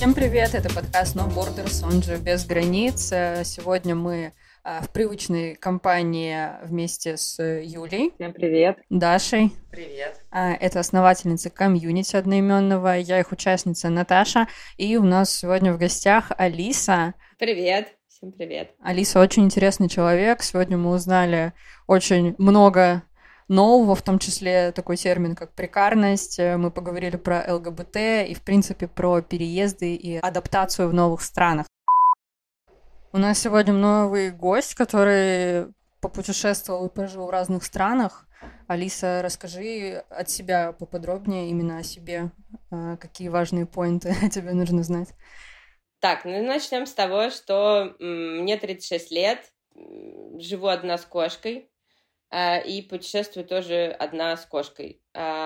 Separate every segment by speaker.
Speaker 1: Всем привет, это подкаст No Borders, он же «Без границ». Сегодня мы в привычной компании вместе с Юлей.
Speaker 2: Всем привет.
Speaker 1: Дашей.
Speaker 2: Привет.
Speaker 1: Это основательница комьюнити одноименного, я их участница Наташа. И у нас сегодня в гостях Алиса.
Speaker 3: Привет. Всем привет.
Speaker 1: Алиса очень интересный человек. Сегодня мы узнали очень много нового, в том числе такой термин, как прекарность. Мы поговорили про ЛГБТ и, в принципе, про переезды и адаптацию в новых странах. У нас сегодня новый гость, который попутешествовал и пожил в разных странах. Алиса, расскажи от себя поподробнее, именно о себе. Какие важные поинты тебе нужно знать?
Speaker 3: Так, ну начнем с того, что мне 36 лет, живу одна с кошкой, и путешествую тоже одна с кошкой.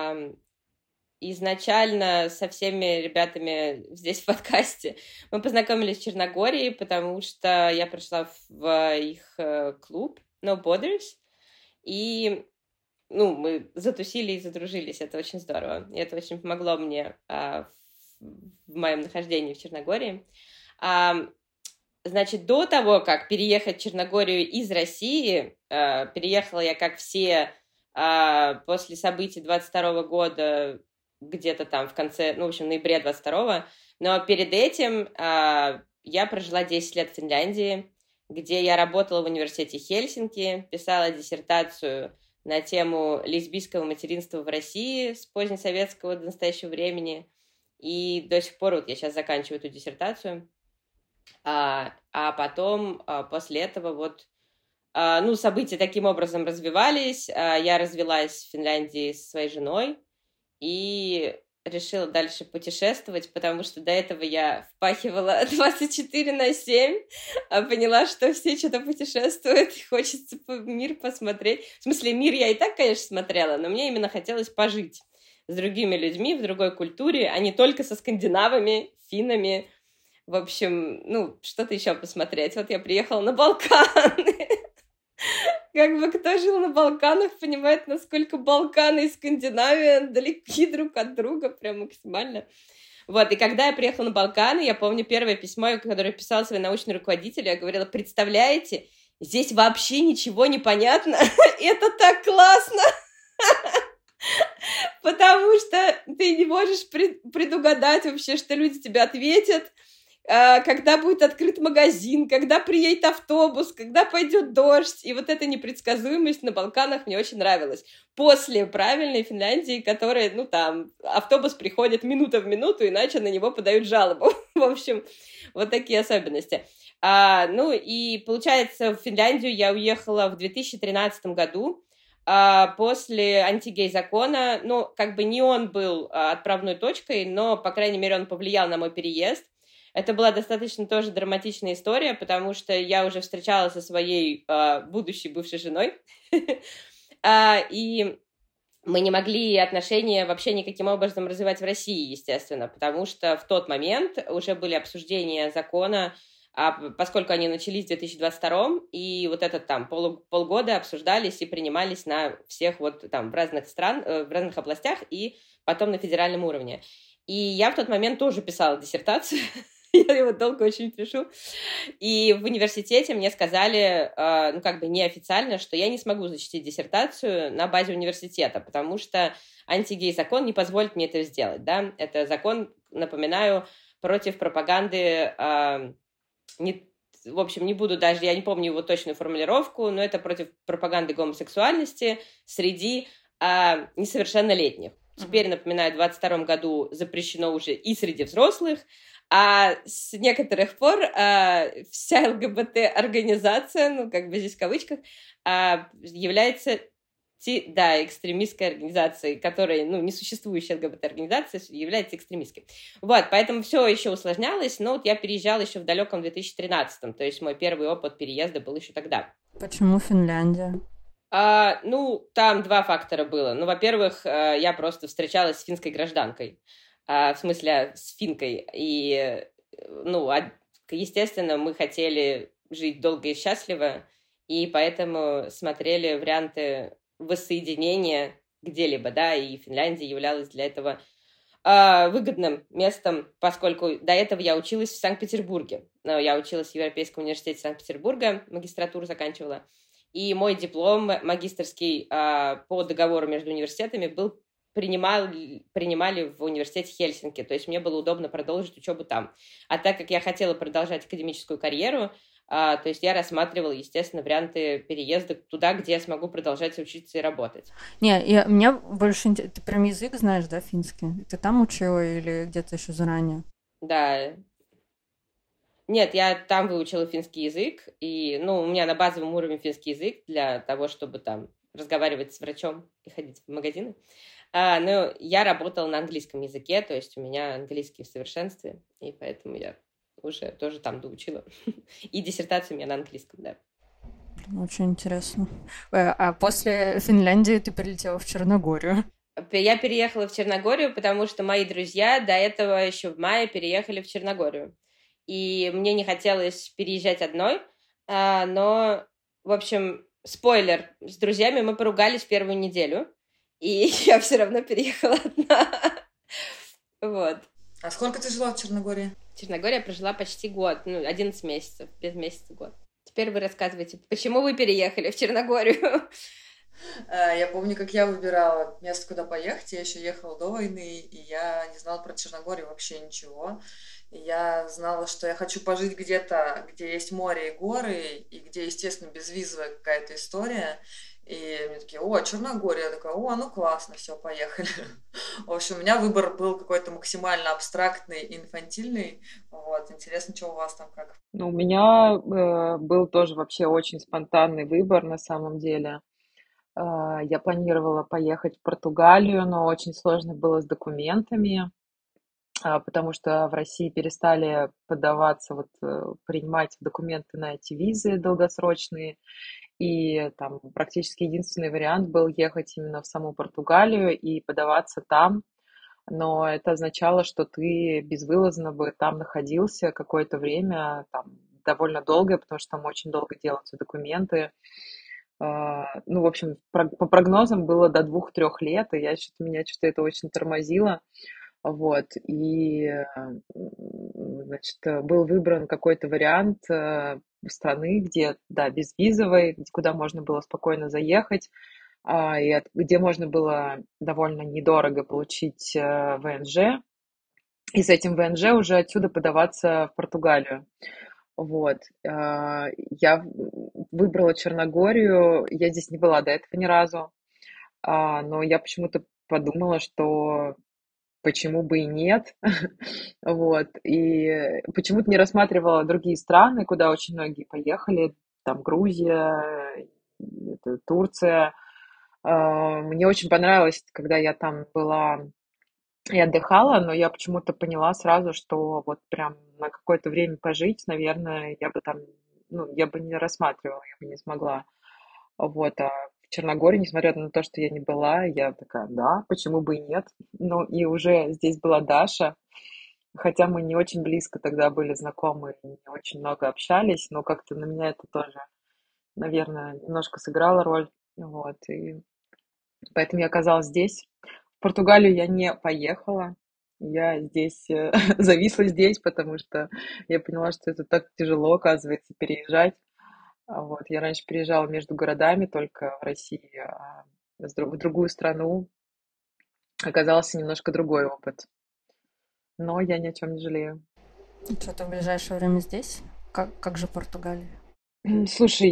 Speaker 3: Изначально со всеми ребятами здесь в подкасте мы познакомились в Черногории, потому что я пришла в их клуб No Borders, и мы затусили и задружились. Это очень здорово. И это очень помогло мне в моем нахождении в Черногории. Значит, до того, как переехать в Черногорию из России, переехала я, как все, после событий 22 года, где-то там в конце, ноябре 22-го. Но перед этим я прожила 10 лет в Финляндии, где я работала в университете Хельсинки, писала диссертацию на тему лесбийского материнства в России с позднесоветского до настоящего времени. И до сих пор я сейчас заканчиваю эту диссертацию. А потом, после этого, события таким образом развивались. Я развелась в Финляндии со своей женой и решила дальше путешествовать, потому что до этого я впахивала 24/7, поняла, что все что-то путешествуют, и хочется мир посмотреть. В смысле, мир я и так, конечно, смотрела, но мне именно хотелось пожить с другими людьми в другой культуре, а не только со скандинавами, финнами. В общем, что-то еще посмотреть. Вот я приехала на Балканы. Как бы кто жил на Балканах, понимает, насколько Балканы и Скандинавия далеки друг от друга, прям максимально. И когда я приехала на Балканы, я помню первое письмо, которое я писала своей научной руководителю, я говорила: представляете, здесь вообще ничего не понятно, это так классно! Потому что ты не можешь предугадать вообще, что люди тебе ответят, когда будет открыт магазин, когда приедет автобус, когда пойдет дождь. И вот эта непредсказуемость на Балканах мне очень нравилась. После правильной Финляндии, которая, автобус приходит минута в минуту, иначе на него подают жалобу. В общем, вот такие особенности. И получается, в Финляндию я уехала в 2013 году, после антигей-закона. Не он был отправной точкой, но, по крайней мере, он повлиял на мой переезд. Это была достаточно тоже драматичная история, потому что я уже встречалась со своей будущей бывшей женой, и мы не могли отношения вообще никаким образом развивать в России, естественно, потому что в тот момент уже были обсуждения закона, поскольку они начались в 2022, и вот это полгода обсуждались и принимались на всех в разных в разных областях и потом на федеральном уровне. И я в тот момент тоже писала диссертацию, я его долго очень пишу, и в университете мне сказали, неофициально, что я не смогу защитить диссертацию на базе университета, потому что антигей-закон не позволит мне это сделать, да, это закон, напоминаю, против пропаганды, не буду даже, я не помню его точную формулировку, но это против пропаганды гомосексуальности среди несовершеннолетних. Теперь, напоминаю, в 2022 году запрещено уже и среди взрослых, а с некоторых пор вся ЛГБТ-организация, здесь в кавычках, является экстремистской организацией, которая, несуществующая ЛГБТ-организация, является экстремистской. Поэтому все еще усложнялось, но я переезжала еще в далеком 2013-м, то есть мой первый опыт переезда был еще тогда.
Speaker 1: Почему Финляндия?
Speaker 3: Там два фактора было. Во-первых, я просто встречалась с финской гражданкой, в смысле, с финкой, и, естественно, мы хотели жить долго и счастливо, и поэтому смотрели варианты воссоединения где-либо, да, и Финляндия являлась для этого выгодным местом, поскольку до этого я училась в Санкт-Петербурге. Я училась в Европейском университете Санкт-Петербурга, магистратуру заканчивала. И мой диплом магистерский по договору между университетами принимали в университете Хельсинки. То есть мне было удобно продолжить учебу там. А так как я хотела продолжать академическую карьеру, то есть я рассматривала, естественно, варианты переезда туда, где я смогу продолжать учиться и работать.
Speaker 1: Не, меня больше интересует... Ты прям язык знаешь, да, финский? Ты там учила или где-то еще заранее?
Speaker 3: Да. Нет, я там выучила финский язык, и, у меня на базовом уровне финский язык для того, чтобы там разговаривать с врачом и ходить в магазины. Но я работала на английском языке, то есть у меня английский в совершенстве, и поэтому я уже тоже там доучила. И диссертацию у меня на английском, да.
Speaker 1: Очень интересно. А после Финляндии ты прилетела в Черногорию?
Speaker 3: Я переехала в Черногорию, потому что мои друзья до этого еще в мае переехали в Черногорию. И мне не хотелось переезжать одной, но, в общем, спойлер, с друзьями мы поругались в первую неделю, и я все равно переехала одна. Вот.
Speaker 2: А сколько ты жила в Черногории?
Speaker 3: В Черногории я прожила почти год, 11 месяцев, без месяца год. Теперь вы рассказывайте, почему вы переехали в Черногорию?
Speaker 2: Я помню, как я выбирала место, куда поехать. Я еще ехала до войны, и я не знала про Черногорию вообще ничего. И я знала, что я хочу пожить где-то, где есть море и горы, и где, естественно, безвизовая какая-то история. И мне такие: о, Черногория. Я такая: о, ну классно, все, поехали. В общем, у меня выбор был какой-то максимально абстрактный и инфантильный. Вот, интересно, что у вас там как?
Speaker 4: Ну, у меня был тоже вообще очень спонтанный выбор на самом деле. Я планировала поехать в Португалию, но очень сложно было с документами, потому что в России перестали подаваться, принимать документы на эти визы долгосрочные. И там практически единственный вариант был ехать именно в саму Португалию и подаваться там. Но это означало, что ты безвылазно бы там находился какое-то время, там, довольно долгое, потому что там очень долго делаются документы. Ну, в общем, по прогнозам было до 2-3 лет, и меня что-то это очень тормозило. Вот, и, значит, был выбран какой-то вариант страны, где, да, безвизовой, куда можно было спокойно заехать, где можно было довольно недорого получить ВНЖ, и с этим ВНЖ уже отсюда подаваться в Португалию. Вот. Я выбрала Черногорию. Я здесь не была до этого ни разу, но я почему-то подумала, что почему бы и нет. Вот. И почему-то не рассматривала другие страны, куда очень многие поехали. Там Грузия, Турция. Мне очень понравилось, когда я там была и отдыхала, но я почему-то поняла сразу, что вот прям на какое-то время пожить, наверное, я бы там, я бы не рассматривала, я бы не смогла. Вот, а в Черногории, несмотря на то, что я не была, я такая: да, почему бы и нет. Ну, и уже здесь была Даша, хотя мы не очень близко тогда были знакомы и не очень много общались, но как-то на меня это тоже, наверное, немножко сыграло роль. Вот, и поэтому я оказалась здесь. В Португалию я не поехала. Я здесь зависла здесь, потому что я поняла, что это так тяжело, оказывается, переезжать. Вот. Я раньше переезжала между городами только в России, а в другую страну оказался немножко другой опыт. Но я ни о чем не жалею.
Speaker 1: Что, ты в ближайшее время здесь? Как же Португалия?
Speaker 4: Слушай,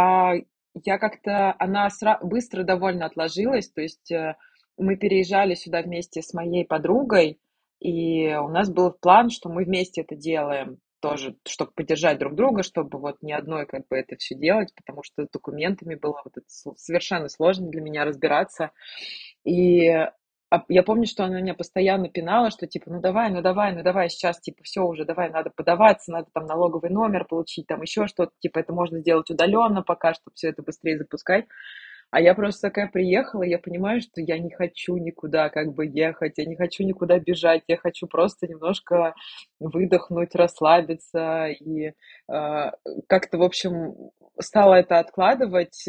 Speaker 4: я как-то, она быстро довольно отложилась, то есть мы переезжали сюда вместе с моей подругой, и у нас был план, что мы вместе это делаем тоже, чтобы поддержать друг друга, чтобы вот не одной как бы это все делать, потому что с документами было вот это совершенно сложно для меня разбираться. И я помню, что она меня постоянно пинала, что типа: ну давай, ну давай, ну давай, сейчас типа все уже, давай, надо подаваться, надо там налоговый номер получить, там еще что-то, типа это можно сделать удаленно пока, чтобы все это быстрее запускать. А я просто такая приехала, и я понимаю, что я не хочу никуда как бы ехать, я не хочу никуда бежать, я хочу просто немножко выдохнуть, расслабиться, и как-то, в общем, стала это откладывать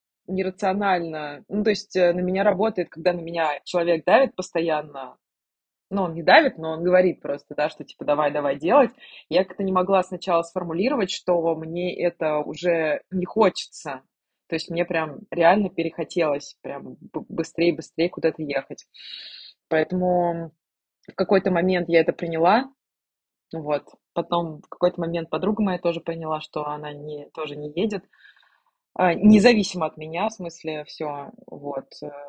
Speaker 4: нерационально. Ну, то есть на меня работает, когда на меня человек давит постоянно, ну, он не давит, но он говорит просто, да, что типа давай делать. Я как-то не могла сначала сформулировать, что мне это уже не хочется. То есть мне прям реально перехотелось прям быстрее куда-то ехать. Поэтому в какой-то момент я это приняла, вот. Потом в какой-то момент подруга моя тоже поняла, что она тоже не едет. Независимо от меня, в смысле, все, вот.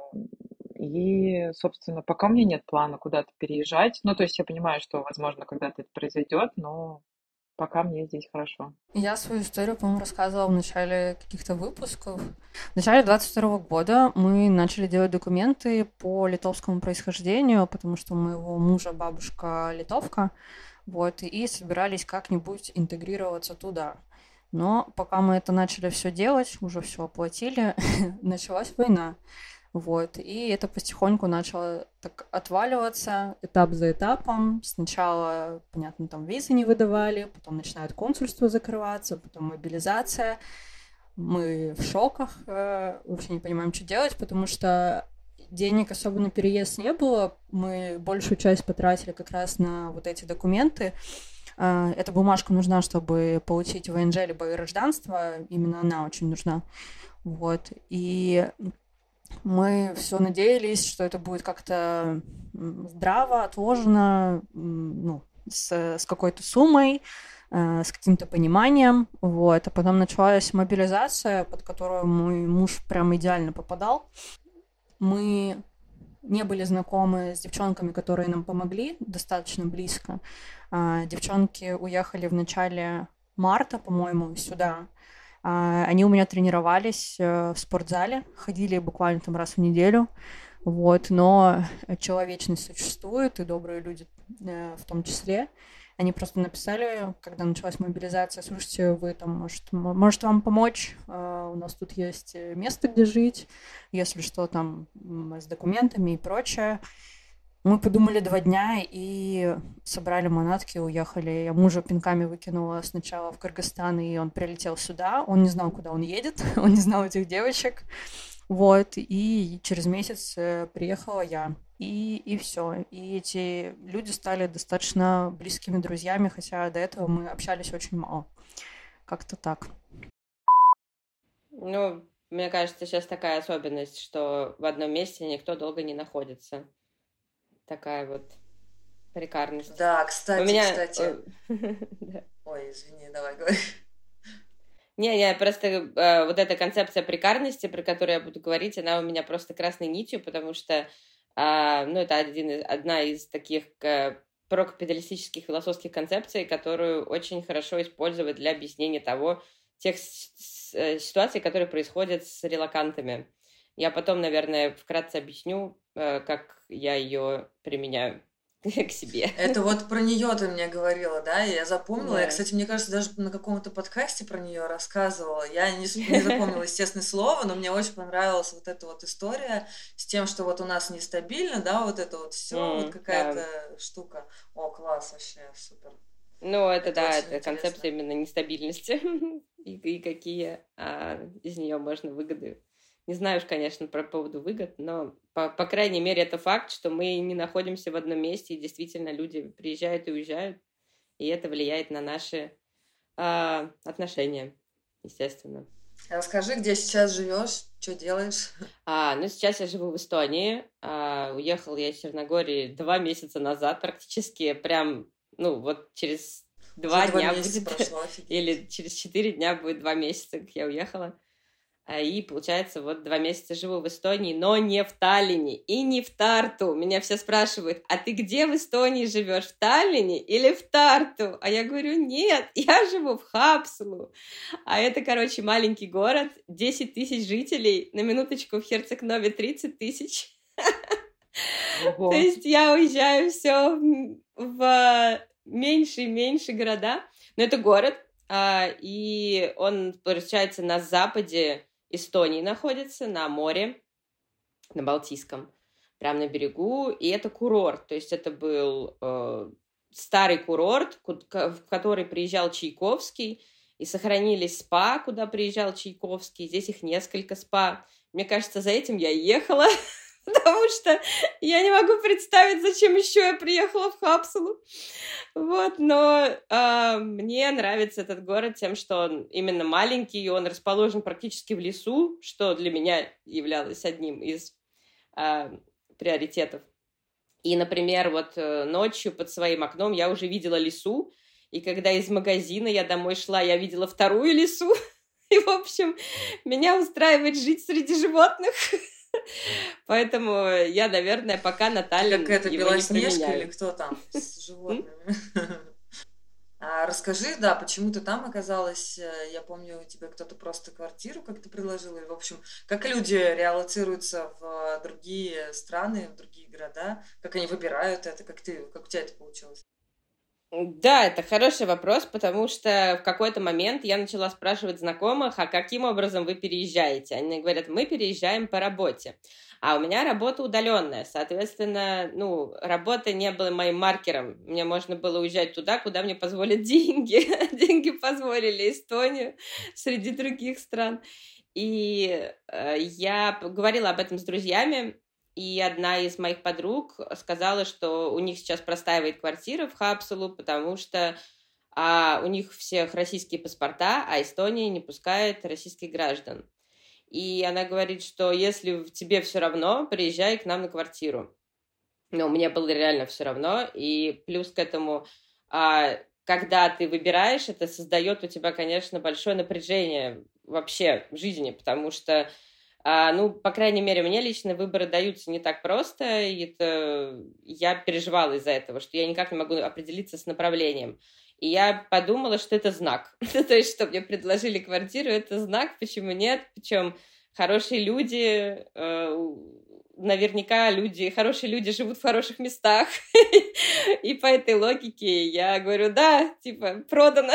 Speaker 4: И, собственно, пока у меня нет плана куда-то переезжать. Ну, то есть я понимаю, что, возможно, когда-то это произойдет, но пока мне здесь хорошо.
Speaker 1: Я свою историю, по-моему, рассказывала в начале каких-то выпусков. В начале 22 года мы начали делать документы по литовскому происхождению, потому что у моего мужа бабушка литовка, вот, и собирались как-нибудь интегрироваться туда. Но пока мы это начали все делать, уже все оплатили, началась война. Вот, и это потихоньку начало так отваливаться этап за этапом. Сначала, понятно, там визы не выдавали, потом начинают консульства закрываться, потом мобилизация. Мы в шоках, вообще не понимаем, что делать, потому что денег особо на переезд не было. Мы большую часть потратили как раз на вот эти документы. Эта бумажка нужна, чтобы получить ВНЖ либо гражданство. Именно она очень нужна. Вот. И мы все надеялись, что это будет как-то здраво, отложено, ну, с какой-то суммой, с каким-то пониманием, вот. А потом началась мобилизация, под которую мой муж прям идеально попадал. Мы не были знакомы с девчонками, которые нам помогли достаточно близко. Девчонки уехали в начале марта, по-моему, сюда. Они у меня тренировались в спортзале, ходили буквально там раз в неделю, вот, но человечность существует, и добрые люди в том числе. Они просто написали, когда началась мобилизация: слушайте, вы там, может вам помочь, у нас тут есть место, где жить, если что, там с документами и прочее. Мы подумали 2 дня и собрали манатки, уехали. Я мужа пинками выкинула сначала в Кыргызстан, и он прилетел сюда. Он не знал, куда он едет, он не знал этих девочек. Вот, и через месяц приехала я. И все. И эти люди стали достаточно близкими друзьями, хотя до этого мы общались очень мало. Как-то так.
Speaker 3: Ну, мне кажется, сейчас такая особенность, что в одном месте никто долго не находится. Такая вот прикарность.
Speaker 2: Да,
Speaker 3: У
Speaker 2: кстати.
Speaker 3: Да.
Speaker 2: Ой, извини, давай говори.
Speaker 3: Не, просто вот эта концепция прикарности, про которую я буду говорить, она у меня просто красной нитью, потому что, ну, это одна из таких прокапиталистических философских концепций, которую очень хорошо использовать для объяснения тех ситуаций, которые происходят с релокантами. Я потом, наверное, вкратце объясню, как я ее применяю к себе.
Speaker 2: Это вот про нее ты мне говорила, да? И я запомнила.
Speaker 3: Да.
Speaker 2: Я, кстати, мне кажется, даже на каком-то подкасте про нее рассказывала. Я не запомнила, естественно, слово, но мне очень понравилась вот эта вот история с тем, что вот у нас нестабильно, да, вот это вот все, вот какая-то штука. О, класс, вообще, супер.
Speaker 3: Ну, это да,
Speaker 2: очень
Speaker 3: это
Speaker 2: интересно.
Speaker 3: концепция именно нестабильности и какие из нее можно выгоды. Не знаю уж, конечно, по поводу выгод, но, по крайней мере, это факт, что мы не находимся в одном месте, и действительно люди приезжают и уезжают, и это влияет на наши отношения, естественно.
Speaker 2: Расскажи, где сейчас живешь, что делаешь?
Speaker 3: Ну, сейчас я живу в Эстонии. Уехала я из Черногории 2 месяца назад практически, прям, ну, вот через 2 дня будет,
Speaker 2: прошло,
Speaker 3: или через 4 дня будет 2 месяца, как я уехала. И, получается, вот 2 месяца живу в Эстонии, но не в Таллине и не в Тарту. Меня все спрашивают: а ты где в Эстонии живешь, в Таллине или в Тарту? А я говорю: нет, я живу в Хапсалу. А это, короче, маленький город, 10 тысяч жителей, на минуточку в Херцег-Нове 30 тысяч. То есть я уезжаю все в меньше и меньше города. Но это город, и он, получается, на западе Эстонии находится, на море, на Балтийском, прямо на берегу, и это курорт, то есть это был старый курорт, в который приезжал Чайковский, и сохранились спа, куда приезжал Чайковский, здесь их несколько спа. Мне кажется, за этим я и ехала, потому что я не могу представить, зачем еще я приехала в Хапсулу. Вот, но мне нравится этот город тем, что он именно маленький, и он расположен практически в лесу, что для меня являлось одним из приоритетов. И, например, вот ночью под своим окном я уже видела лису, и когда из магазина я домой шла, я видела вторую лису. И, в общем, меня устраивает жить среди животных. Поэтому я, наверное, пока на Таллин
Speaker 2: Какая-то
Speaker 3: его не
Speaker 2: Белоснежка или
Speaker 3: променяю.
Speaker 2: кто там с животными? А расскажи, да, почему ты там оказалась? Я помню, тебе кто-то просто квартиру как-то предложил. И, в общем, как люди реалоцируются в другие страны, в другие города? Как они выбирают это? Как у тебя это получилось?
Speaker 3: Да, это хороший вопрос, потому что в какой-то момент я начала спрашивать знакомых, а каким образом вы переезжаете? Они говорят, мы переезжаем по работе. А у меня работа удаленная, соответственно, работа не была моим маркером. Мне можно было уезжать туда, куда мне позволят деньги. Деньги позволили Эстонию среди других стран. И я говорила об этом с друзьями, и одна из моих подруг сказала, что у них сейчас простаивает квартира в Хапсулу, потому что у них всех российские паспорта, а Эстония не пускает российских граждан. И она говорит, что если тебе все равно, приезжай к нам на квартиру. Но мне было реально все равно. И плюс к этому, когда ты выбираешь, это создает у тебя, конечно, большое напряжение вообще в жизни, потому что по крайней мере, мне лично выборы даются не так просто, и я переживала из-за этого, что я никак не могу определиться с направлением. И я подумала, что это знак. То есть, что мне предложили квартиру, это знак, почему нет. Причем хорошие люди, наверняка хорошие люди живут в хороших местах. И по этой логике я говорю, да, продано.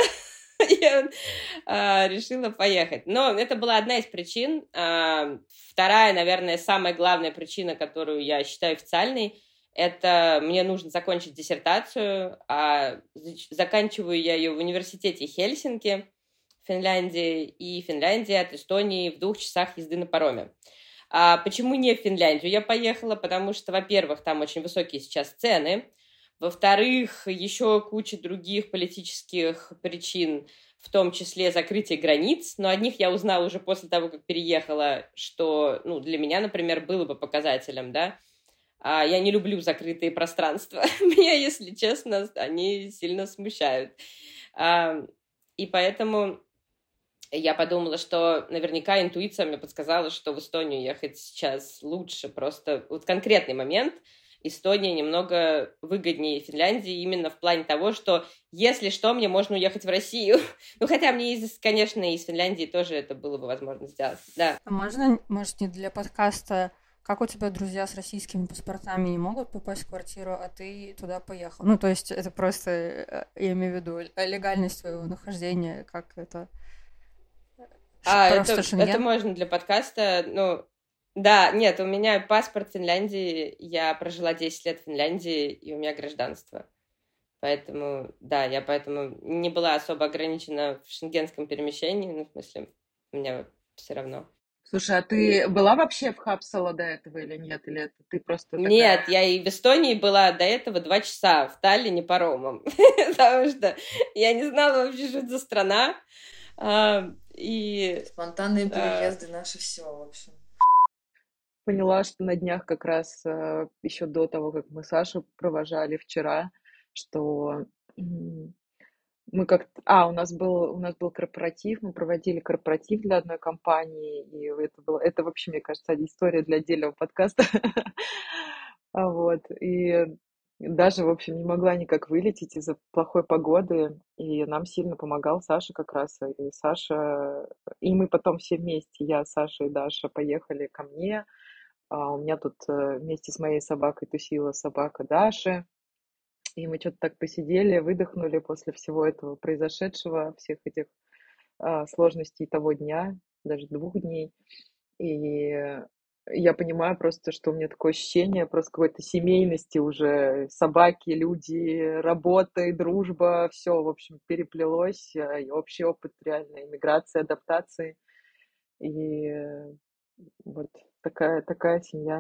Speaker 3: Я решила поехать. Но это была одна из причин. Вторая, наверное, самая главная причина, которую я считаю официальной, это мне нужно закончить диссертацию. Заканчиваю я ее в университете Хельсинки, в Финляндии, и Финляндия от Эстонии в 2 часах езды на пароме. Почему не в Финляндию я поехала? Потому что, во-первых, там очень высокие сейчас цены. Во-вторых, еще куча других политических причин, в том числе закрытие границ. Но о них я узнала уже после того, как переехала, что для меня, например, было бы показателем, да. Я не люблю закрытые пространства. Меня, если честно, они сильно смущают. И поэтому я подумала, что наверняка интуиция мне подсказала, что в Эстонию ехать сейчас лучше. Просто вот конкретный момент – Эстония немного выгоднее Финляндии именно в плане того, что если что, мне можно уехать в Россию. Хотя мне, конечно, из Финляндии тоже это было бы возможно сделать. Да.
Speaker 1: А можно, может, не для подкаста, как у тебя друзья с российскими паспортами не могут попасть в квартиру, а ты туда поехал? То есть это просто, я имею в виду, легальность твоего нахождения, как это... Просто Шенген?
Speaker 3: Это можно для подкаста, да, нет, у меня паспорт Финляндии, я прожила 10 лет в Финляндии, и у меня гражданство. Поэтому, да, я поэтому не была особо ограничена в шенгенском перемещении, в смысле, у меня все равно.
Speaker 4: Слушай, а ты была вообще в Хапсало до этого или нет? Или это ты просто такая...
Speaker 3: Нет, я и в Эстонии была до этого 2 часа, в Таллине паромом, потому что я не знала вообще, что это за страна.
Speaker 2: Спонтанные переезды наши все, в общем.
Speaker 4: Поняла, что на днях как раз еще до того, как мы Сашу провожали вчера, что мы у нас был корпоратив, мы проводили корпоратив для одной компании, и это вообще, мне кажется, история для отдельного подкаста. Вот, и даже, в общем, не могла никак вылететь из-за плохой погоды, и нам сильно помогал Саша как раз, и мы потом все вместе, я, Саша и Даша, поехали ко мне. У меня тут вместе с моей собакой тусила собака Даши, и мы что-то так посидели, выдохнули после всего этого произошедшего, всех этих сложностей того дня, даже 2 дней. И я понимаю просто, что у меня такое ощущение просто какой-то семейности уже, собаки, люди, работа и дружба, все, в общем, переплелось, и общий опыт реально иммиграции, адаптации. И вот такая семья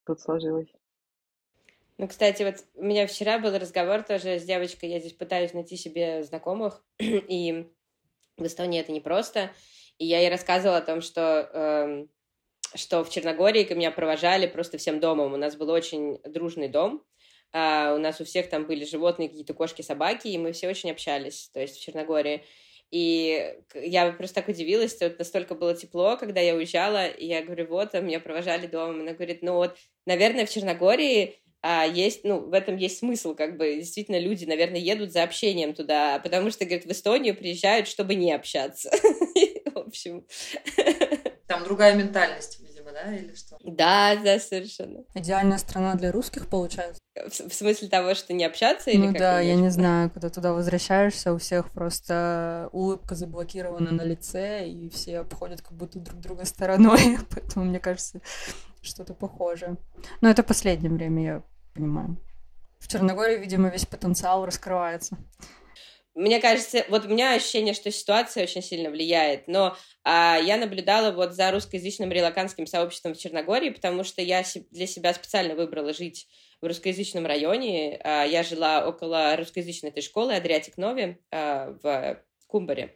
Speaker 4: тут сложилось.
Speaker 3: Ну, кстати, вот у меня вчера был разговор тоже с девочкой, я здесь пытаюсь найти себе знакомых, и в Эстонии это непросто. И я ей рассказывала о том, что в Черногории меня провожали просто всем домом. У нас был очень дружный дом. У нас у всех там были животные, какие-то кошки, собаки, и мы все очень общались, то есть в Черногории. И я просто так удивилась, что настолько было тепло, когда я уезжала, и я говорю, вот, меня провожали домом. Она говорит, ну вот, наверное, в Черногории есть, ну, в этом есть смысл, как бы, действительно, люди, наверное, едут за общением туда, потому что, говорит, в Эстонию приезжают, чтобы не общаться. В общем...
Speaker 2: Там другая ментальность, видимо, да, или что?
Speaker 3: Да, совершенно.
Speaker 1: Идеальная страна для русских, получается.
Speaker 3: В смысле того, что не общаться? Или
Speaker 1: Ну
Speaker 3: как
Speaker 1: да, я не знаю, когда туда возвращаешься, у всех просто улыбка заблокирована на лице, и все обходят как будто друг друга стороной, поэтому, мне кажется, что-то похожее. Но это последнее время, я понимаю. В Черногории, видимо, весь потенциал раскрывается.
Speaker 3: Мне кажется, вот у меня ощущение, что ситуация очень сильно влияет, но я наблюдала вот за русскоязычным релаканским сообществом в Черногории, потому что я для себя специально выбрала жить в русскоязычном районе. Я жила около русскоязычной этой школы Адриатик Нови в Кумбаре.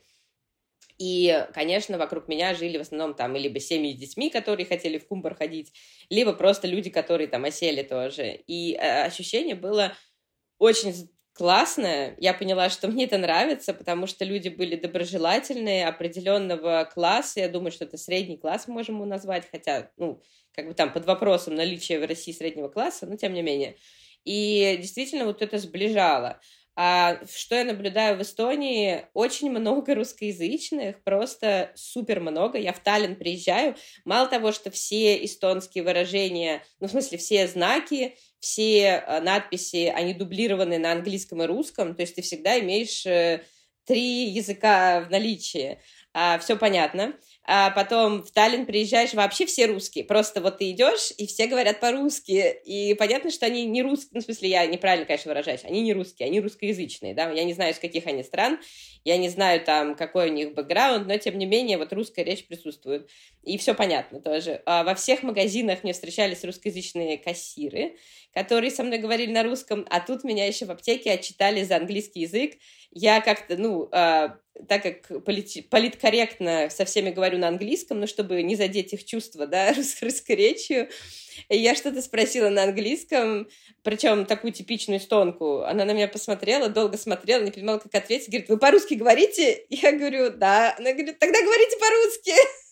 Speaker 3: И, конечно, вокруг меня жили в основном там либо семьи с детьми, которые хотели в Кумбар ходить, либо просто люди, которые там осели тоже. И ощущение было очень классное. Я поняла, что мне это нравится, потому что люди были доброжелательные, определенного класса. Я думаю, что это средний класс можем его назвать, хотя, ну, как бы там под вопросом наличия в России среднего класса, но тем не менее. И действительно вот это сближало. А что я наблюдаю в Эстонии? Очень много русскоязычных, просто супер много. Я в Таллин приезжаю. Мало того, что все эстонские выражения, ну, в смысле, все знаки, все надписи, они дублированы на английском и русском, то есть ты всегда имеешь 3 языка в наличии. Все понятно. А потом в Таллин приезжаешь, вообще все русские. Просто вот ты идешь, и все говорят по-русски. И понятно, что они не русские. Ну, в смысле, я неправильно, конечно, выражаюсь. Они не русские, они русскоязычные, да. Я не знаю, из каких они стран. Я не знаю, там, какой у них бэкграунд, но, тем не менее, вот русская речь присутствует. И все понятно тоже. Во всех магазинах мне встречались русскоязычные кассиры, которые со мной говорили на русском, а тут меня еще в аптеке отчитали за английский язык. Я как-то, ну, так как политкорректно со всеми говорю на английском, но чтобы не задеть их чувства, да, русской речью, я что-то спросила на английском, причем такую типичную эстонку. Она на меня посмотрела, долго смотрела, не понимала, как ответить. Говорит, вы по-русски говорите? Я говорю, да. Она говорит, тогда говорите по-русски.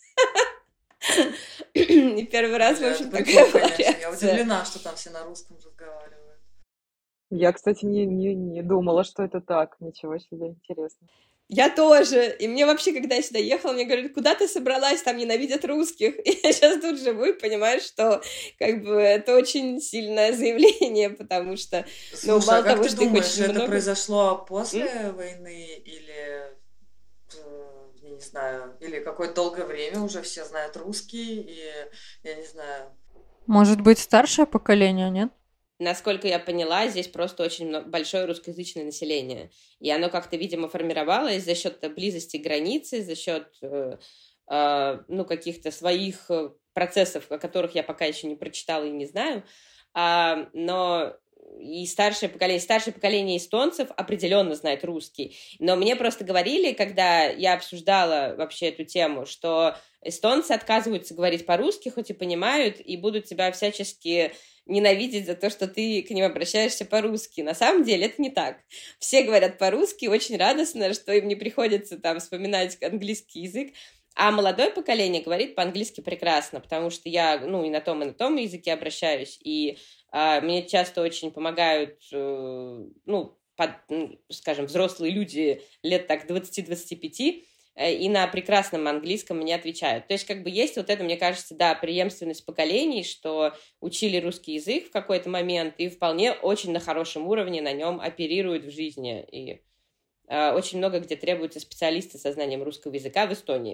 Speaker 3: И первый раз, в общем, такая была реакция.
Speaker 2: Я удивлена, что там все на русском разговаривают.
Speaker 4: Я, кстати, не думала, что это так. Ничего себе, интересно.
Speaker 3: Я тоже. И мне вообще, когда я сюда ехала, мне говорят, куда ты собралась, там ненавидят русских. И я сейчас тут живу и понимаю, что как бы это очень сильное заявление, потому что...
Speaker 2: Слушай, мало того, что ты думаешь, это произошло после войны или... я не знаю, или какое-то долгое время уже все знают русский, и я не знаю.
Speaker 1: Может быть, старшее поколение, нет?
Speaker 3: Насколько я поняла, здесь просто очень большое русскоязычное население. И оно как-то, видимо, формировалось за счет близости границы, за счет ну, каких-то своих процессов, о которых я пока еще не прочитала и не знаю. Но и старшее поколение эстонцев определенно знает русский. Но мне просто говорили, когда я обсуждала вообще эту тему, что эстонцы отказываются говорить по-русски, хоть и понимают, и будут тебя всячески ненавидеть за то, что ты к ним обращаешься по-русски. На самом деле это не так. Все говорят по-русски, очень радостно, что им не приходится там вспоминать английский язык. А молодое поколение говорит по-английски прекрасно, потому что я, ну, и на том языке обращаюсь, и мне часто очень помогают, ну, скажем, взрослые люди лет так 20-25, и на прекрасном английском мне отвечают. То есть как бы есть вот это, мне кажется, да, преемственность поколений, что учили русский язык в какой-то момент и вполне очень на хорошем уровне на нем оперируют в жизни. И очень много где требуются специалисты со знанием русского языка в Эстонии.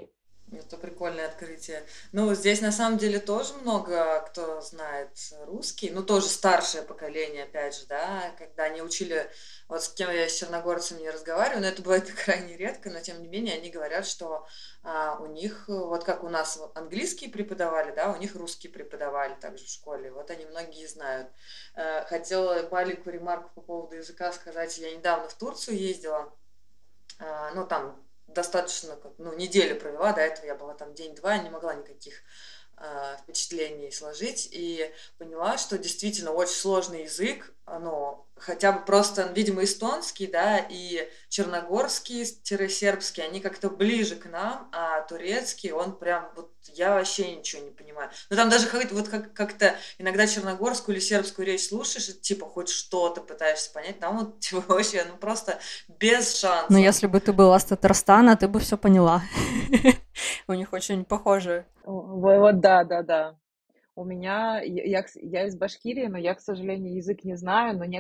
Speaker 2: Это прикольное открытие. Ну, здесь на самом деле тоже много кто знает русский, ну, тоже старшее поколение, опять же, да, когда они учили, вот с кем я с черногорцами не разговариваю, но это бывает крайне редко, но тем не менее они говорят, что у них, вот как у нас английский преподавали, да, у них русский преподавали также в школе, вот они многие знают. Хотела маленькую ремарку по поводу языка сказать, я недавно в Турцию ездила, ну, там достаточно, ну, неделю провела, до этого я была там день-два, не могла никаких впечатлений сложить, и поняла, что действительно очень сложный язык, ну, хотя бы просто, видимо, эстонский, да, и черногорский-сербский, они как-то ближе к нам, а турецкий, он прям, вот, я вообще ничего не понимаю. Но там даже вот как-то иногда черногорскую или сербскую речь слушаешь, и, типа, хоть что-то пытаешься понять, там вот, типа, вообще, ну, просто без
Speaker 1: Но
Speaker 2: шансов.
Speaker 1: если бы ты была с Татарстана, ты бы все поняла. У них очень похоже.
Speaker 4: Вот, да. У меня, я из Башкирии, но я, к сожалению, язык не знаю, но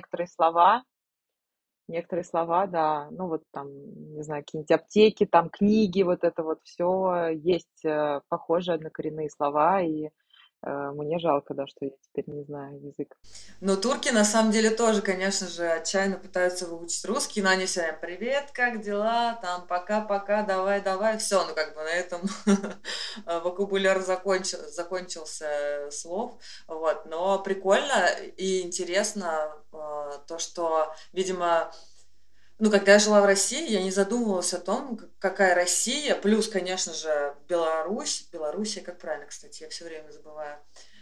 Speaker 4: некоторые слова, да, ну вот там, не знаю, какие-нибудь аптеки, там книги, вот это вот все, есть похожие однокоренные слова, и мне жалко, да, что я теперь не знаю язык.
Speaker 2: Но турки на самом деле тоже, конечно же, отчаянно пытаются выучить русский, но они все время «Привет, как дела?» Там «Пока-пока, давай-давай». Все, ну как бы на этом вокабуляр закончился слов. Вот. Но прикольно и интересно то, что, видимо, ну, когда я жила в России, я не задумывалась о том, какая Россия, плюс, конечно же, Беларусь. Белоруссия, как правильно, кстати, я все время забываю.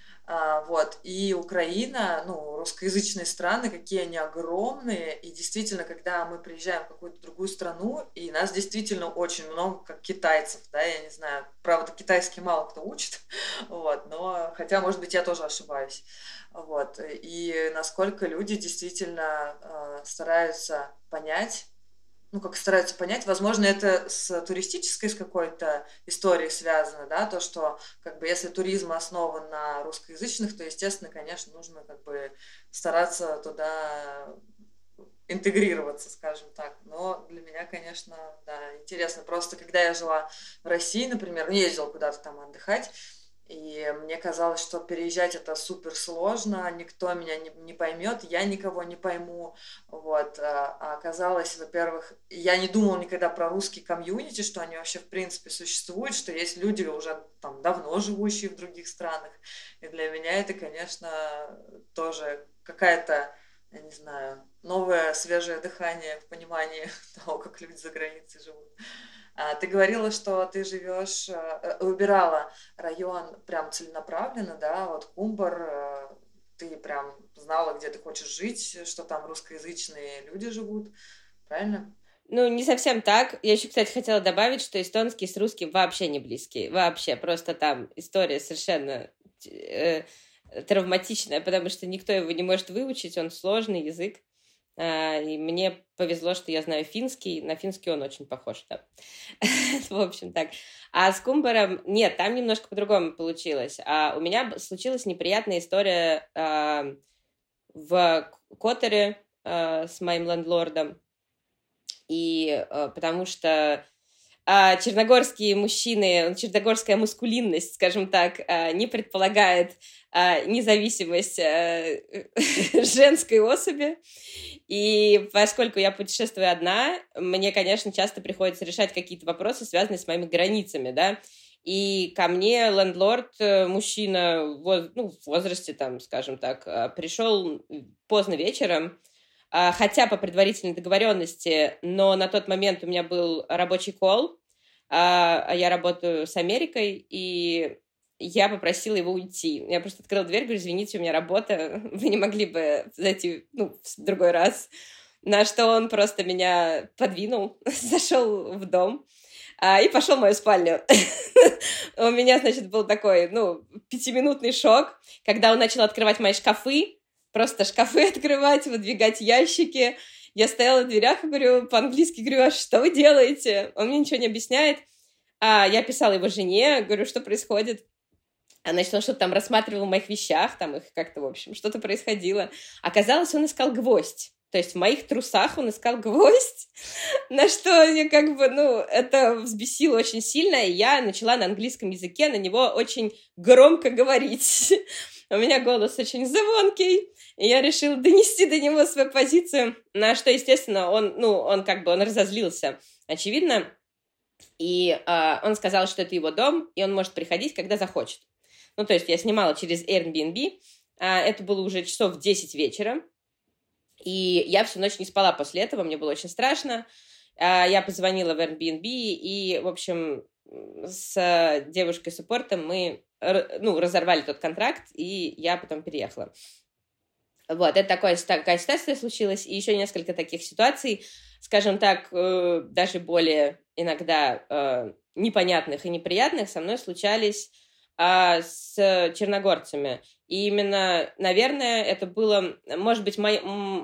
Speaker 2: Вот. И Украина, ну, русскоязычные страны, какие они огромные. И действительно, когда мы приезжаем в какую-то другую страну, и нас действительно очень много, как китайцев, да, я не знаю, правда, китайский мало кто учит, вот, но, хотя, может быть, я тоже ошибаюсь. Вот. И насколько люди действительно стараются понять, ну, как стараются понять, возможно, это с туристической с какой-то историей связано, да, то, что, как бы, если туризм основан на русскоязычных, то, естественно, конечно, нужно, как бы, стараться туда интегрироваться, скажем так. Но для меня, конечно, да, интересно. Просто когда я жила в России, например, ездила куда-то там отдыхать, и мне казалось, что переезжать это супер сложно, никто меня не поймет, я никого не пойму. Вот. А оказалось, во-первых, я не думала никогда про русский комьюнити, что они вообще в принципе существуют, что есть люди уже там давно живущие в других странах. И для меня это, конечно, тоже какая-то, я не знаю, новое свежее дыхание в понимании того, как люди за границей живут. Ты говорила, что ты живешь, выбирала район прям целенаправленно, да, вот Кумбар, ты прям знала, где ты хочешь жить, что там русскоязычные люди живут, правильно?
Speaker 3: Ну, не совсем так. Я еще, кстати, хотела добавить, что эстонский с русским вообще не близкий. Вообще. Просто там история совершенно травматичная, потому что никто его не может выучить, он сложный язык. И мне повезло, что я знаю финский. На финский он очень похож, да. В общем, так. А с Кумбаром... Нет, там немножко по-другому получилось. У меня случилась неприятная история в Которе с моим лендлордом. И потому что черногорские мужчины, черногорская маскулинность, скажем так, не предполагает независимость женской особи. И поскольку я путешествую одна, мне, конечно, часто приходится решать какие-то вопросы, связанные с моими границами, да. И ко мне лендлорд, мужчина в возрасте, там, скажем так, пришел поздно вечером, хотя по предварительной договоренности, но на тот момент у меня был рабочий колл, я работаю с Америкой, и я попросила его уйти. Я просто открыла дверь, говорю, извините, у меня работа, вы не могли бы зайти, в другой раз. На что он просто меня подвинул, зашел в дом и пошел в мою спальню. У меня, значит, был такой, 5-минутный шок, когда он начал открывать мои шкафы, просто шкафы открывать, выдвигать ящики. Я стояла в дверях и говорю по-английски, говорю, а что вы делаете? Он мне ничего не объясняет. Я писала его жене, говорю, что происходит. Значит, он что-то там рассматривал в моих вещах, там их как-то, в общем, что-то происходило. Оказалось, он искал гвоздь. То есть в моих трусах он искал гвоздь, на что я как бы, это взбесило очень сильно, и я начала на английском языке на него очень громко говорить. У меня голос очень звонкий, и я решила донести до него свою позицию, на что, естественно, он разозлился, очевидно, и он сказал, что это его дом, и он может приходить, когда захочет. То есть я снимала через Airbnb, это было уже часов 10 вечера, и я всю ночь не спала после этого, мне было очень страшно. Я позвонила в Airbnb, и, в общем, с девушкой-саппортом мы, разорвали тот контракт, и я потом переехала. Вот, это такая ситуация случилась, и еще несколько таких ситуаций, скажем так, даже более иногда непонятных и неприятных со мной случались с черногорцами. И именно, наверное, это было, может быть, мой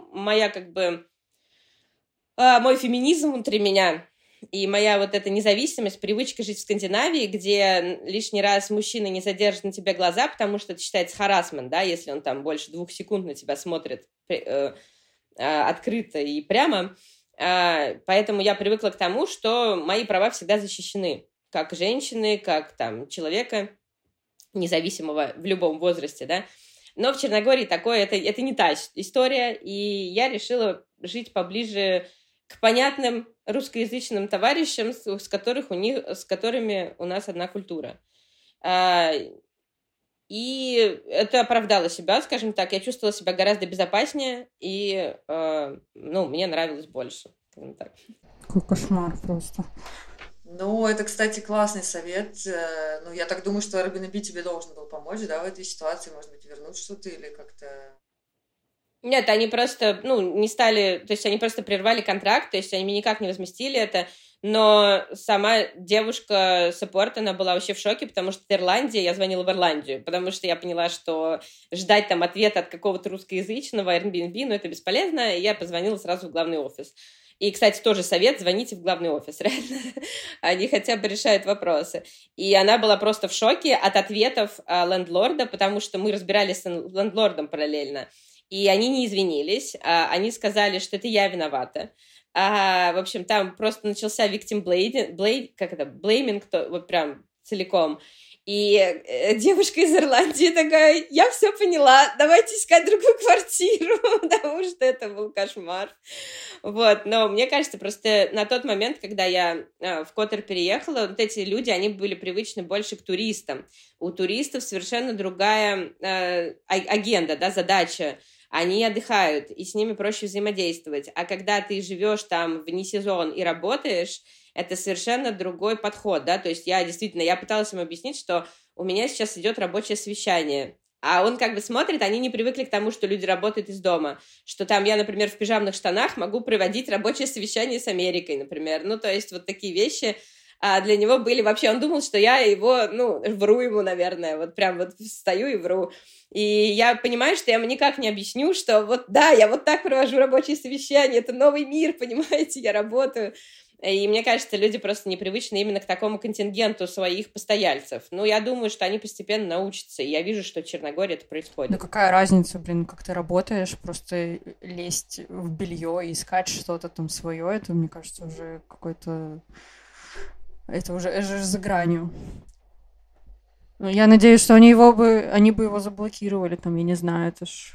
Speaker 3: феминизм внутри меня и моя вот эта независимость, привычка жить в Скандинавии, где лишний раз мужчина не задержит на тебя глаза, потому что это считается харассмент, да, если он там больше 2 секунд на тебя смотрит открыто и прямо. Поэтому я привыкла к тому, что мои права всегда защищены, как женщины, как там человека, независимого в любом возрасте, да. Но в Черногории такое, это не та история, и я решила жить поближе к понятным русскоязычным товарищам, с которыми у нас одна культура. И это оправдало себя, скажем так. Я чувствовала себя гораздо безопаснее, и мне нравилось больше, скажем так.
Speaker 1: Какой кошмар просто.
Speaker 2: Это, кстати, классный совет. Я так думаю, что Airbnb тебе должен был помочь, да, в этой ситуации, может быть, вернуть что-то или как-то...
Speaker 3: Нет, они просто, не стали... То есть они просто прервали контракт, то есть они мне никак не возместили это, но сама девушка саппорт, она была вообще в шоке, потому что это Ирландия, я звонила в Ирландию, потому что я поняла, что ждать там ответа от какого-то русскоязычного Airbnb, это бесполезно, и я позвонила сразу в главный офис. И, кстати, тоже совет, звоните в главный офис, реально. Они хотя бы решают вопросы. И она была просто в шоке от ответов лендлорда, потому что мы разбирались с лендлордом параллельно. И они не извинились, они сказали, что это я виновата. В общем, там просто начался victim blaming, вот прям целиком. И девушка из Ирландии такая: я все поняла, давайте искать другую квартиру, потому что это был кошмар. Вот, но мне кажется, просто на тот момент, когда я в Котор переехала, вот эти люди, они были привычны больше к туристам. У туристов совершенно другая агенда, да, задача. Они отдыхают, и с ними проще взаимодействовать. А когда ты живешь там вне сезон и работаешь, это совершенно другой подход, да, то есть я пыталась ему объяснить, что у меня сейчас идет рабочее совещание, а он как бы смотрит, они не привыкли к тому, что люди работают из дома, что там я, например, в пижамных штанах могу проводить рабочее совещание с Америкой, например, то есть вот такие вещи для него были вообще, он думал, что я его, вру ему, наверное, вот прям вот встаю и вру. И я понимаю, что я ему никак не объясню, что вот да, я вот так провожу рабочие совещания, это новый мир, понимаете, я работаю. И мне кажется, люди просто непривычны именно к такому контингенту своих постояльцев. Я думаю, что они постепенно научатся, и я вижу, что в Черногории это происходит.
Speaker 1: Да какая разница, как ты работаешь, просто лезть в белье и искать что-то там свое, это, мне кажется, уже какой-то... Это уже за гранью. Я надеюсь, что они бы его заблокировали, там, я не знаю, это ж,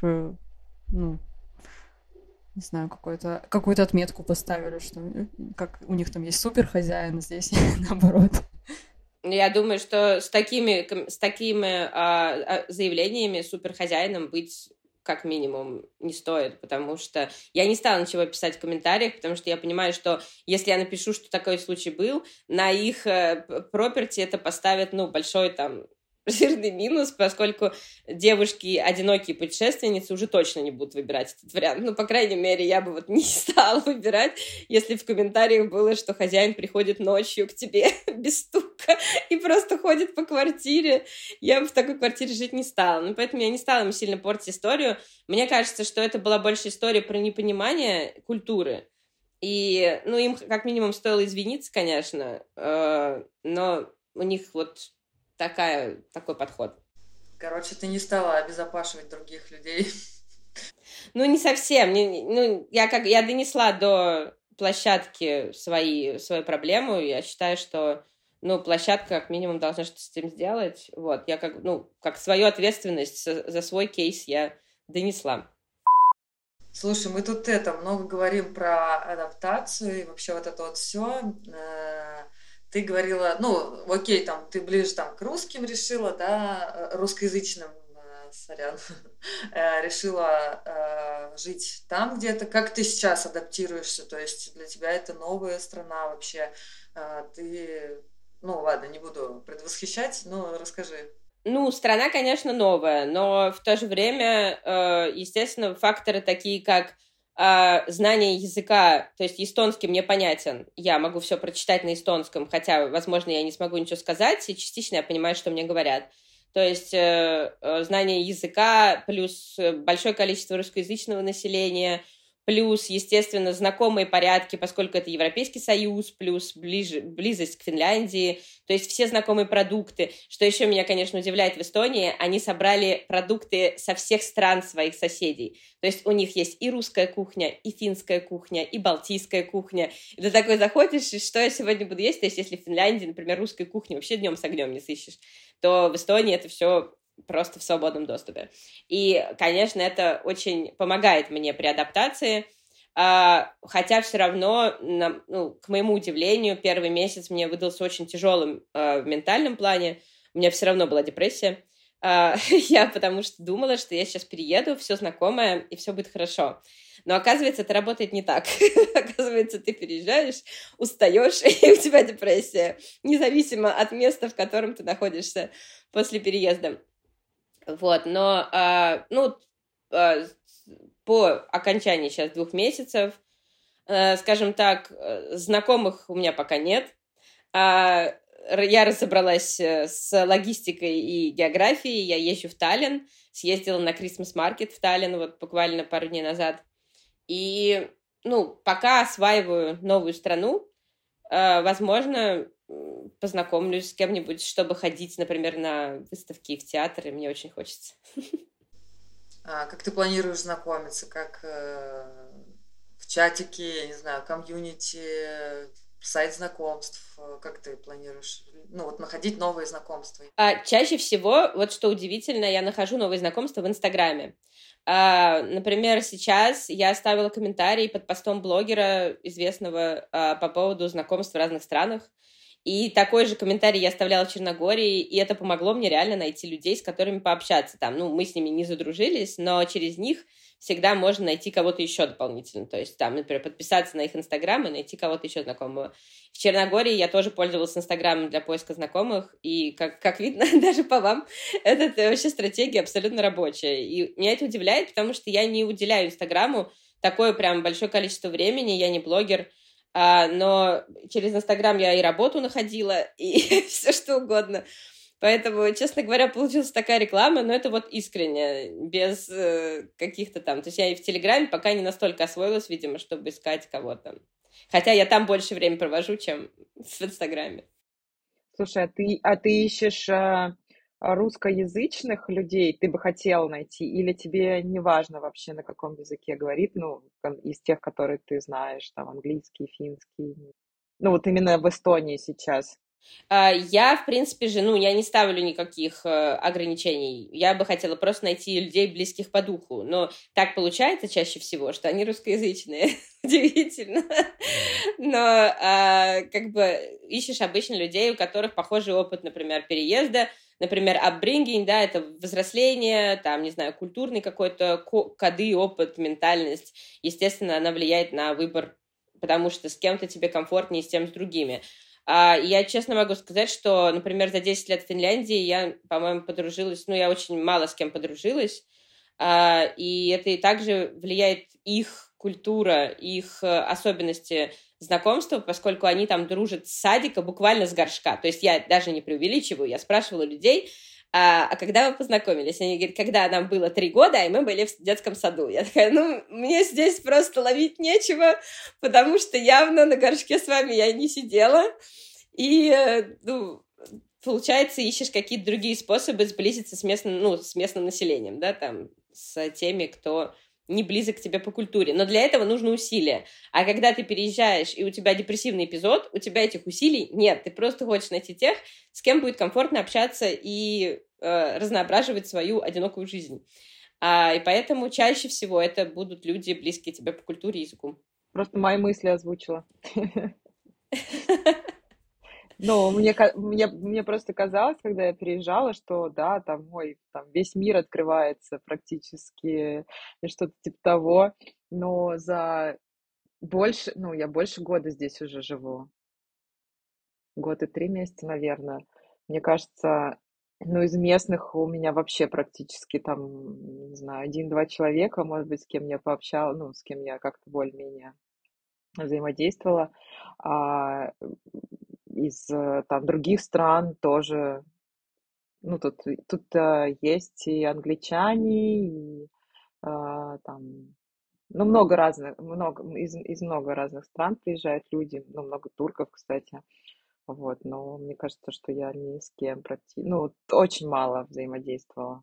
Speaker 1: не знаю, какую-то отметку поставили, что как у них там есть суперхозяин, здесь наоборот.
Speaker 3: Я думаю, что с такими заявлениями суперхозяином быть как минимум не стоит, потому что я не стала ничего писать в комментариях, потому что я понимаю, что если я напишу, что такой случай был, на их property это поставит, большой там жирный минус, поскольку девушки, одинокие путешественницы уже точно не будут выбирать этот вариант. По крайней мере, я бы вот не стала выбирать, если в комментариях было, что хозяин приходит ночью к тебе без стука и просто ходит по квартире. Я бы в такой квартире жить не стала. Поэтому я не стала им сильно портить историю. Мне кажется, что это была больше история про непонимание культуры. И, им как минимум стоило извиниться, конечно, но у них вот такой подход.
Speaker 2: Короче, ты не стала обезопашивать других людей.
Speaker 3: Ну, не совсем. Я донесла до площадки свою проблему. Я считаю, что площадка как минимум должна что-то с этим сделать. Вот, я как свою ответственность за свой кейс я донесла.
Speaker 2: Слушай, мы тут много говорим про адаптацию и вообще вот это вот все. Ты говорила, окей, там, ты ближе там к русским решила, да, русскоязычным, сорян, решила жить там где-то. Как ты сейчас адаптируешься? То есть для тебя это новая страна вообще? Ты, ладно, не буду предвосхищать, но расскажи.
Speaker 3: Страна, конечно, новая, но в то же время, естественно, факторы такие, как знание языка, то есть эстонский мне понятен, я могу все прочитать на эстонском, хотя, возможно, я не смогу ничего сказать, и частично я понимаю, что мне говорят. То есть знание языка плюс большое количество русскоязычного населения, плюс, естественно, знакомые порядки, поскольку это Европейский Союз, плюс близость к Финляндии, то есть все знакомые продукты. Что еще меня, конечно, удивляет в Эстонии, они собрали продукты со всех стран своих соседей. То есть у них есть и русская кухня, и финская кухня, и балтийская кухня. И ты такой заходишь, и что я сегодня буду есть? То есть если в Финляндии, например, русской кухни вообще днем с огнем не сыщешь, то в Эстонии это все просто в свободном доступе. И, конечно, это очень помогает мне при адаптации, хотя все равно, к моему удивлению, первый месяц мне выдался очень тяжелым в ментальном плане. У меня все равно была депрессия. Я потому что думала, что я сейчас перееду, все знакомое, и все будет хорошо. Но оказывается, это работает не так. Оказывается, ты переезжаешь, устаешь, и у тебя депрессия, независимо от места, в котором ты находишься после переезда. Вот, но, по окончании сейчас 2 месяцев, скажем так, знакомых у меня пока нет. Я разобралась с логистикой и географией, я езжу в Таллин, съездила на Christmas Market в Таллин вот буквально пару дней назад. И, пока осваиваю новую страну, возможно, познакомлюсь с кем-нибудь, чтобы ходить, например, на выставки и в театры. Мне очень хочется.
Speaker 2: Как ты планируешь знакомиться? Как в чатике, я не знаю, комьюнити, сайт знакомств? Как ты планируешь, находить новые знакомства?
Speaker 3: Чаще всего, вот что удивительно, я нахожу новые знакомства в Инстаграме. Например, сейчас я оставила комментарий под постом блогера, известного по поводу знакомств в разных странах. И такой же комментарий я оставляла в Черногории, и это помогло мне реально найти людей, с которыми пообщаться. Там, мы с ними не задружились, но через них всегда можно найти кого-то еще дополнительно. То есть, там, например, подписаться на их Инстаграм и найти кого-то еще знакомого. В Черногории я тоже пользовалась Инстаграмом для поиска знакомых, и, как видно, даже по вам, это вообще стратегия абсолютно рабочая. И меня это удивляет, потому что я не уделяю Инстаграму такое прям большое количество времени, я не блогер, но через Инстаграм я и работу находила, и все что угодно. Поэтому, честно говоря, получилась такая реклама, но это вот искренне, без каких-то там... То есть я и в Телеграме пока не настолько освоилась, видимо, чтобы искать кого-то. Хотя я там больше времени провожу, чем в Инстаграме.
Speaker 4: Слушай, а ты ищешь русскоязычных людей, ты бы хотела найти, или тебе не важно вообще, на каком языке говорит, из тех, которые ты знаешь, там, английский, финский, вот именно в Эстонии сейчас?
Speaker 3: Я, в принципе же, я не ставлю никаких ограничений. Я бы хотела просто найти людей, близких по духу. Но так получается чаще всего, что они русскоязычные. Удивительно. Но как бы ищешь обычно людей, у которых похожий опыт, например, переезда, например, upbringing, да, это взросление, там, не знаю, культурный какой-то коды, опыт, ментальность. Естественно, она влияет на выбор, потому что с кем-то тебе комфортнее, с тем, с другими. Я честно могу сказать, что, например, за 10 лет в Финляндии я, по-моему, подружилась, я очень мало с кем подружилась, и это и также влияет их культура, их особенности знакомства, поскольку они там дружат с садика, буквально с горшка. То есть я даже не преувеличиваю, я спрашивала людей, когда вы познакомились? Они говорят, когда нам было 3 года, и мы были в детском саду. Я такая, мне здесь просто ловить нечего, потому что явно на горшке с вами я не сидела. И, получается, ищешь какие-то другие способы сблизиться с местным населением, да, там, с теми, кто не близок к тебе по культуре. Но для этого нужно усилия. А когда ты переезжаешь, и у тебя депрессивный эпизод, у тебя этих усилий нет. Ты просто хочешь найти тех, с кем будет комфортно общаться и разноображивать свою одинокую жизнь. И поэтому чаще всего это будут люди, близкие тебе по культуре и языку.
Speaker 4: Просто мои мысли озвучила. Ну, мне просто казалось, когда я переезжала, что да, там весь мир открывается практически, и что-то типа того. Но я больше года здесь уже живу. Год и 3 месяца, наверное. Мне кажется, из местных у меня вообще практически там, не знаю, один-два человека, может быть, с кем я с кем я как-то более-менее взаимодействовала. А из там других стран тоже, тут есть и англичане, и там, из много разных стран приезжают люди, много турков, кстати. Вот, но мне кажется, что я ни с кем очень мало взаимодействовала.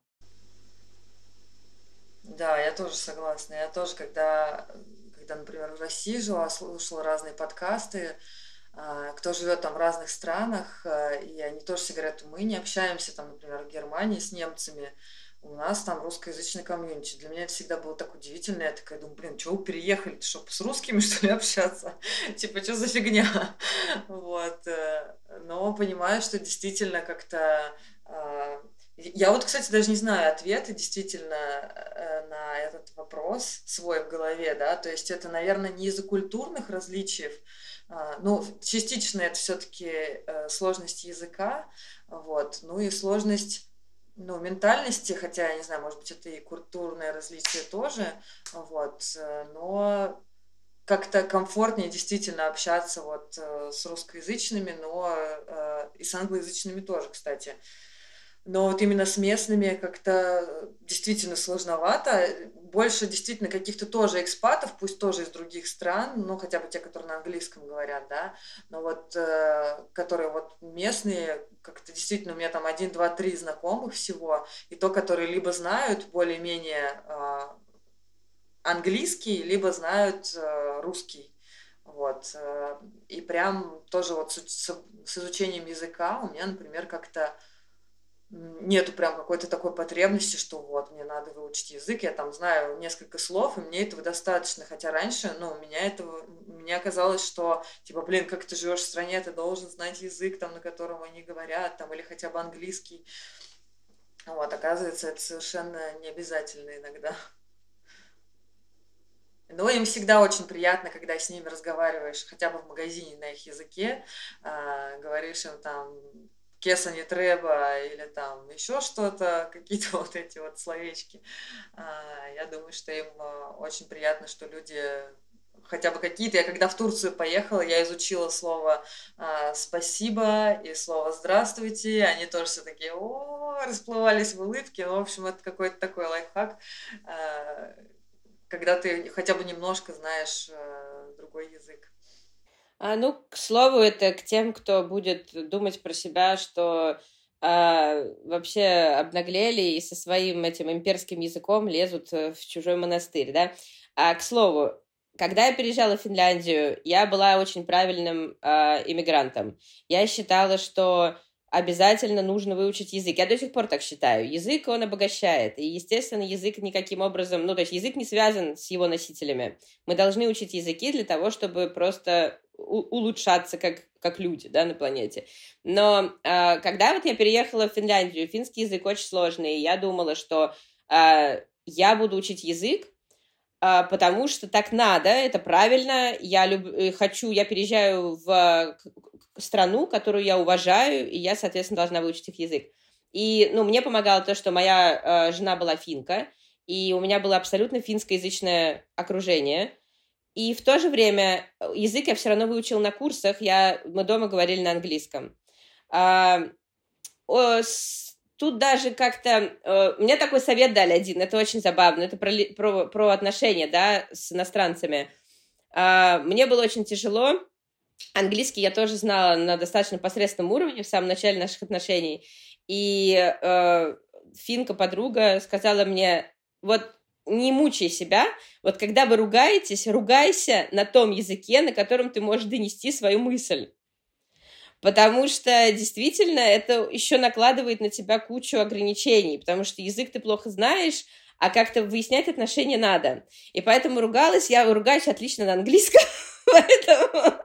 Speaker 2: Да, я тоже согласна. Я тоже, когда, например, в России жила, слушала разные подкасты, кто живет там в разных странах, и они тоже все говорят, мы не общаемся там, например, в Германии с немцами, у нас там русскоязычный комьюнити. Для меня это всегда было так удивительно. Я такая думаю, блин, чего вы переехали? Чтобы с русскими, что ли, общаться? Типа, что за фигня? Вот. Но понимаю, что действительно как-то... Я вот, кстати, даже не знаю ответа действительно на этот вопрос свой в голове, да, то есть это, наверное, не из-за культурных различий, частично это все-таки сложность языка, вот, и сложность, ментальности, хотя, я не знаю, может быть, это и культурное различие тоже, вот, но как-то комфортнее действительно общаться вот с русскоязычными, но и с англоязычными тоже, кстати. Но вот именно с местными как-то действительно сложновато. Больше действительно каких-то тоже экспатов, пусть тоже из других стран, хотя бы те, которые на английском говорят, да, но вот которые вот местные, как-то действительно у меня там 1, 2, 3 знакомых всего, и то, которые либо знают более-менее английский, либо знают русский. Вот. И прям тоже вот с изучением языка у меня, например, как-то нету прям какой-то такой потребности, что вот, мне надо выучить язык, я там знаю несколько слов, и мне этого достаточно. Хотя раньше, мне казалось, что, типа, блин, как ты живешь в стране, ты должен знать язык, там, на котором они говорят, там, или хотя бы английский. Вот, оказывается, это совершенно не обязательно иногда. Но им всегда очень приятно, когда с ними разговариваешь, хотя бы в магазине на их языке, говоришь им там «кеса не треба» или там еще что-то, какие-то вот эти вот словечки. Я думаю, что им очень приятно, что люди хотя бы какие-то. Я когда в Турцию поехала, я изучила слово «спасибо» и слово «здравствуйте». Они тоже все такие расплывались в улыбке. В общем, это какой-то такой лайфхак, когда ты хотя бы немножко знаешь другой язык.
Speaker 3: К слову, это к тем, кто будет думать про себя, что вообще обнаглели и со своим этим имперским языком лезут в чужой монастырь, да? К слову, когда я переезжала в Финляндию, я была очень правильным иммигрантом. Я считала, что обязательно нужно выучить язык. Я до сих пор так считаю. Язык, он обогащает. И, естественно, язык никаким образом... то есть язык не связан с его носителями. Мы должны учить языки для того, чтобы просто улучшаться как люди, да, на планете. Но когда вот я переехала в Финляндию, финский язык очень сложный, и я думала, что я буду учить язык, потому что так надо, это правильно, я переезжаю в страну, которую я уважаю, и я, соответственно, должна выучить их язык. И, мне помогало то, что моя жена была финка, и у меня было абсолютно финскоязычное окружение, и в то же время язык я все равно выучила на курсах, мы дома говорили на английском. Тут даже как-то... Мне такой совет дали один, это очень забавно, это про отношения, да, с иностранцами. Мне было очень тяжело. Английский я тоже знала на достаточно посредственном уровне в самом начале наших отношений. И финка-подруга сказала мне, вот не мучай себя. Вот когда вы ругаетесь, ругайся на том языке, на котором ты можешь донести свою мысль. Потому что действительно это еще накладывает на тебя кучу ограничений, потому что язык ты плохо знаешь, а как-то выяснять отношения надо. И поэтому я ругаюсь отлично на английском, поэтому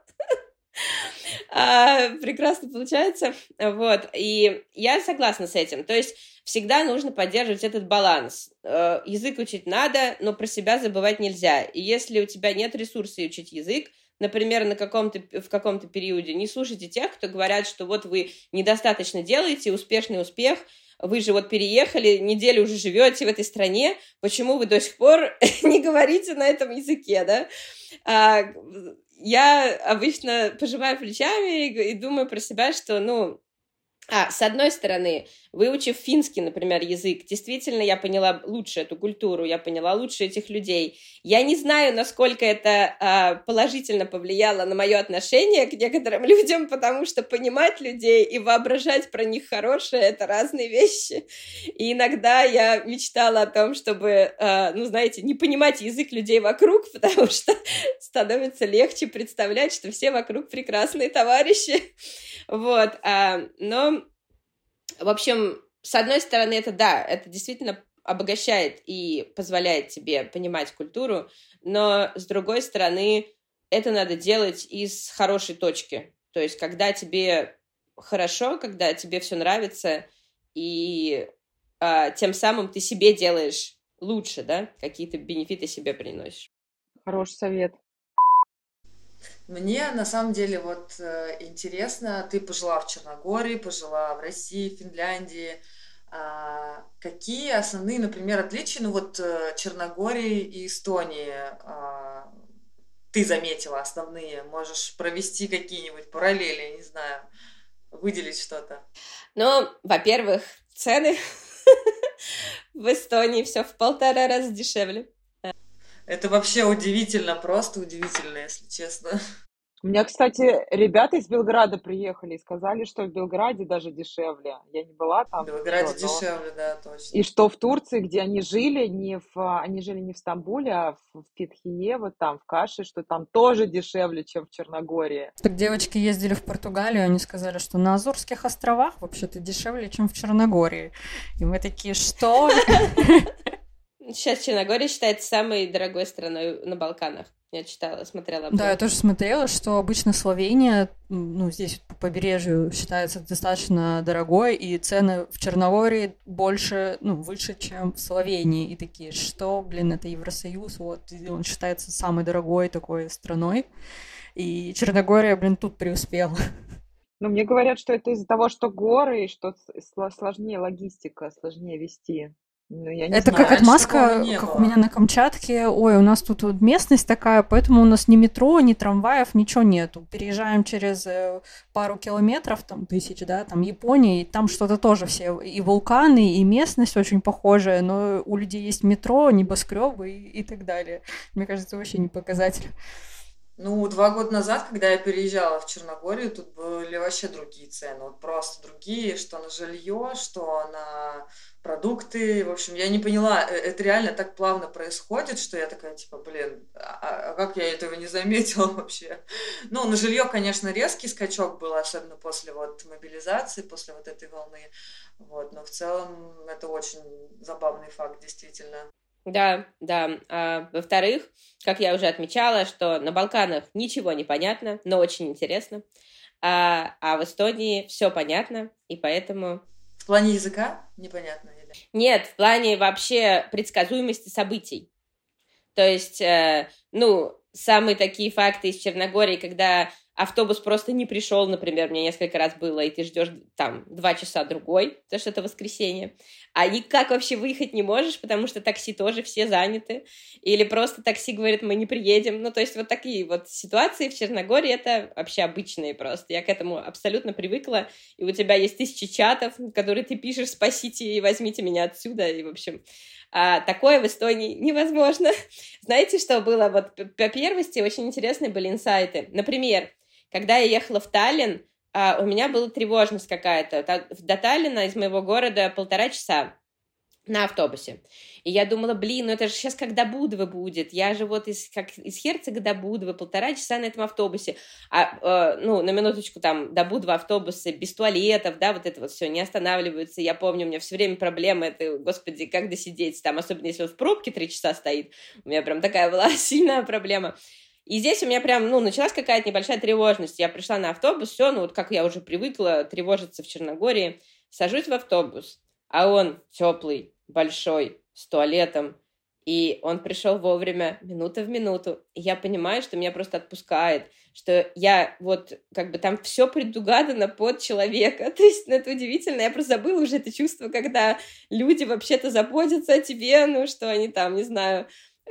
Speaker 3: прекрасно получается. Вот. И я согласна с этим. То есть всегда нужно поддерживать этот баланс. Язык учить надо, но про себя забывать нельзя. И если у тебя нет ресурсов учить язык, например, в каком-то периоде, не слушайте тех, кто говорят, что вот вы недостаточно делаете, успешный успех, вы же вот переехали, неделю уже живете в этой стране, почему вы до сих пор не говорите на этом языке, да? Я обычно пожимаю плечами и думаю про себя, что, с одной стороны, выучив финский, например, язык, действительно я поняла лучше эту культуру, я поняла лучше этих людей. Я не знаю, насколько это положительно повлияло на мое отношение к некоторым людям, потому что понимать людей и воображать про них хорошее — это разные вещи. И иногда я мечтала о том, чтобы, не понимать язык людей вокруг, потому что становится легче представлять, что все вокруг прекрасные товарищи. Вот, но, в общем, с одной стороны, это действительно обогащает и позволяет тебе понимать культуру, но, с другой стороны, это надо делать из хорошей точки, то есть, когда тебе хорошо, когда тебе все нравится, и тем самым ты себе делаешь лучше, да, какие-то бенефиты себе приносишь.
Speaker 4: Хороший совет.
Speaker 2: Мне на самом деле интересно, ты пожила в Черногории, пожила в России, Финляндии. Какие основные, например, отличия, Черногории и Эстонии ты заметила основные? Можешь провести какие-нибудь параллели, не знаю, выделить что-то?
Speaker 3: Во-первых, цены в Эстонии все в 1,5 раза дешевле.
Speaker 2: Это вообще удивительно, просто удивительно, если честно.
Speaker 4: У меня, кстати, ребята из Белграда приехали и сказали, что в Белграде даже дешевле. Я не была там.
Speaker 2: В Белграде дешевле, да, точно.
Speaker 4: И что в Турции, где они жили не в Стамбуле, а в Фетхие, вот там, в Каше, что там тоже дешевле, чем в Черногории.
Speaker 1: Так девочки ездили в Португалию, они сказали, что на Азорских островах вообще-то дешевле, чем в Черногории. И мы такие, что?
Speaker 3: Сейчас Черногория считается самой дорогой страной на Балканах. Я смотрела обзор.
Speaker 1: Да, я тоже смотрела, что обычно Словения, здесь по побережью считается достаточно дорогой, и цены в Черногории выше, чем в Словении. И такие, что, это Евросоюз, он считается самой дорогой такой страной. И Черногория, тут преуспела.
Speaker 4: Мне говорят, что это из-за того, что горы, и что сложнее логистика, сложнее вести. Я не
Speaker 1: это
Speaker 4: знаю.
Speaker 1: как отмазка, как у меня на Камчатке. Ой, у нас тут местность такая, поэтому у нас ни метро, ни трамваев, ничего нету. Переезжаем через пару километров, 1000, да, там Япония, и там что-то тоже все, и вулканы, и местность очень похожая, но у людей есть метро, небоскребы и так далее. Мне кажется, вообще не показатель.
Speaker 2: 2 года назад, когда я переезжала в Черногорию, тут были вообще другие цены, просто другие, что на жилье, что на продукты. В общем, я не поняла, это реально так плавно происходит, что я такая, а как я этого не заметила вообще? На жилье, конечно, резкий скачок был, особенно после мобилизации, после этой волны. Но в целом это очень забавный факт, действительно.
Speaker 3: Да. Во-вторых, как я уже отмечала, что на Балканах ничего не понятно, но очень интересно. А в Эстонии все понятно, и поэтому...
Speaker 2: В плане языка непонятно? Или?
Speaker 3: Нет, в плане вообще предсказуемости событий. То есть, самые такие факты из Черногории, когда автобус просто не пришел, например, мне несколько раз было, и ты ждешь 2 часа другой, потому что это воскресенье, а никак вообще выехать не можешь, потому что такси тоже все заняты, или просто такси говорит, мы не приедем. То есть такие ситуации в Черногории, это вообще обычные просто. Я к этому абсолютно привыкла, и у тебя есть 1000 чатов, в которые ты пишешь «спасите и возьмите меня отсюда», и, в общем... такое в Эстонии невозможно. Знаете, что было? По первости очень интересные были инсайты. Например, когда я ехала в Таллин, у меня была тревожность какая-то. До Таллина из моего города 1,5 часа. на автобусе. И я думала, блин, ну это же сейчас как до Будвы будет. Я же вот из Херцега до Будвы 1,5 часа на этом автобусе. Ну, на минуточку, там, до Будвы автобусы без туалетов, да, вот это вот все не останавливаются. Я помню, у меня все время проблема, это, господи, как досидеть там, особенно если он в пробке 3 часа стоит. У меня прям такая была сильная проблема. И здесь у меня прям, ну, началась какая-то небольшая тревожность. Я пришла на автобус, все, ну, вот как я уже привыкла тревожиться в Черногории, сажусь в автобус, а он теплый, большой, с туалетом, и он пришел вовремя, минута в минуту, и я понимаю, что меня просто отпускает, что я вот, как бы там все предугадано под человека, то есть, ну, это удивительно, я просто забыла уже это чувство, когда люди вообще-то заботятся о тебе, ну, что они там, не знаю,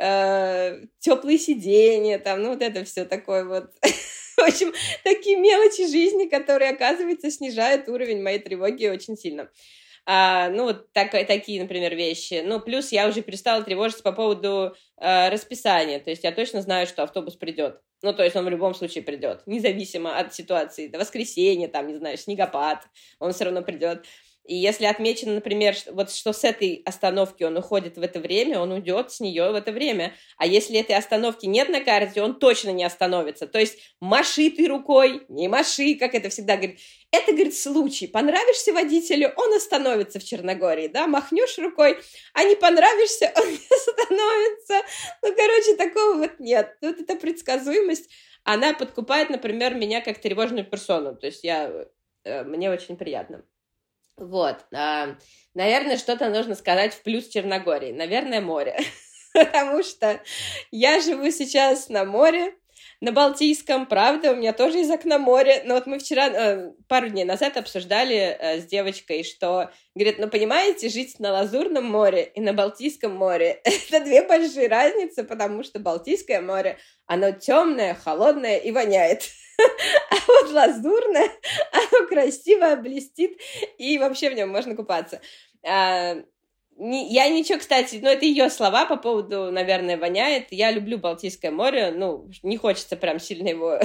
Speaker 3: теплые сиденья, там, ну, вот это все такое вот. В общем, такие мелочи жизни, которые, оказывается, снижают уровень моей тревоги очень сильно. Ну, вот такие, например, вещи. Ну, плюс я уже перестала тревожиться по поводу расписания. То есть я точно знаю, что автобус придет. Ну, то есть он в любом случае придет, независимо от ситуации. До воскресенья, там, не знаю, снегопад, он все равно придет. И если отмечено, например, вот что с этой остановки он уходит в это время, он уйдет с нее в это время. А если этой остановки нет на карте, он точно не остановится. То есть маши ты рукой, не маши, как это всегда говорит. Это, говорит, случай. Понравишься водителю, он остановится в Черногории, да, махнешь рукой, а не понравишься, он не остановится. Ну, короче, такого вот нет. Вот эта предсказуемость, она подкупает, например, меня как тревожную персону. То есть мне очень приятно. Вот, наверное, что-то нужно сказать в плюс Черногории. Наверное, море. Потому что я живу сейчас на море, на Балтийском, правда, у меня тоже из окна море. Но вот мы вчера, пару дней назад обсуждали с девочкой, что, говорит, ну, понимаете, жить на Лазурном море и на Балтийском море — это две большие разницы, потому что Балтийское море, оно темное, холодное и воняет. А вот Лазурное, оно красивое, блестит, и вообще в нем можно купаться. Я ничего, кстати, ну, это ее слова по поводу, наверное, воняет. Я люблю Балтийское море, ну, не хочется прям сильно его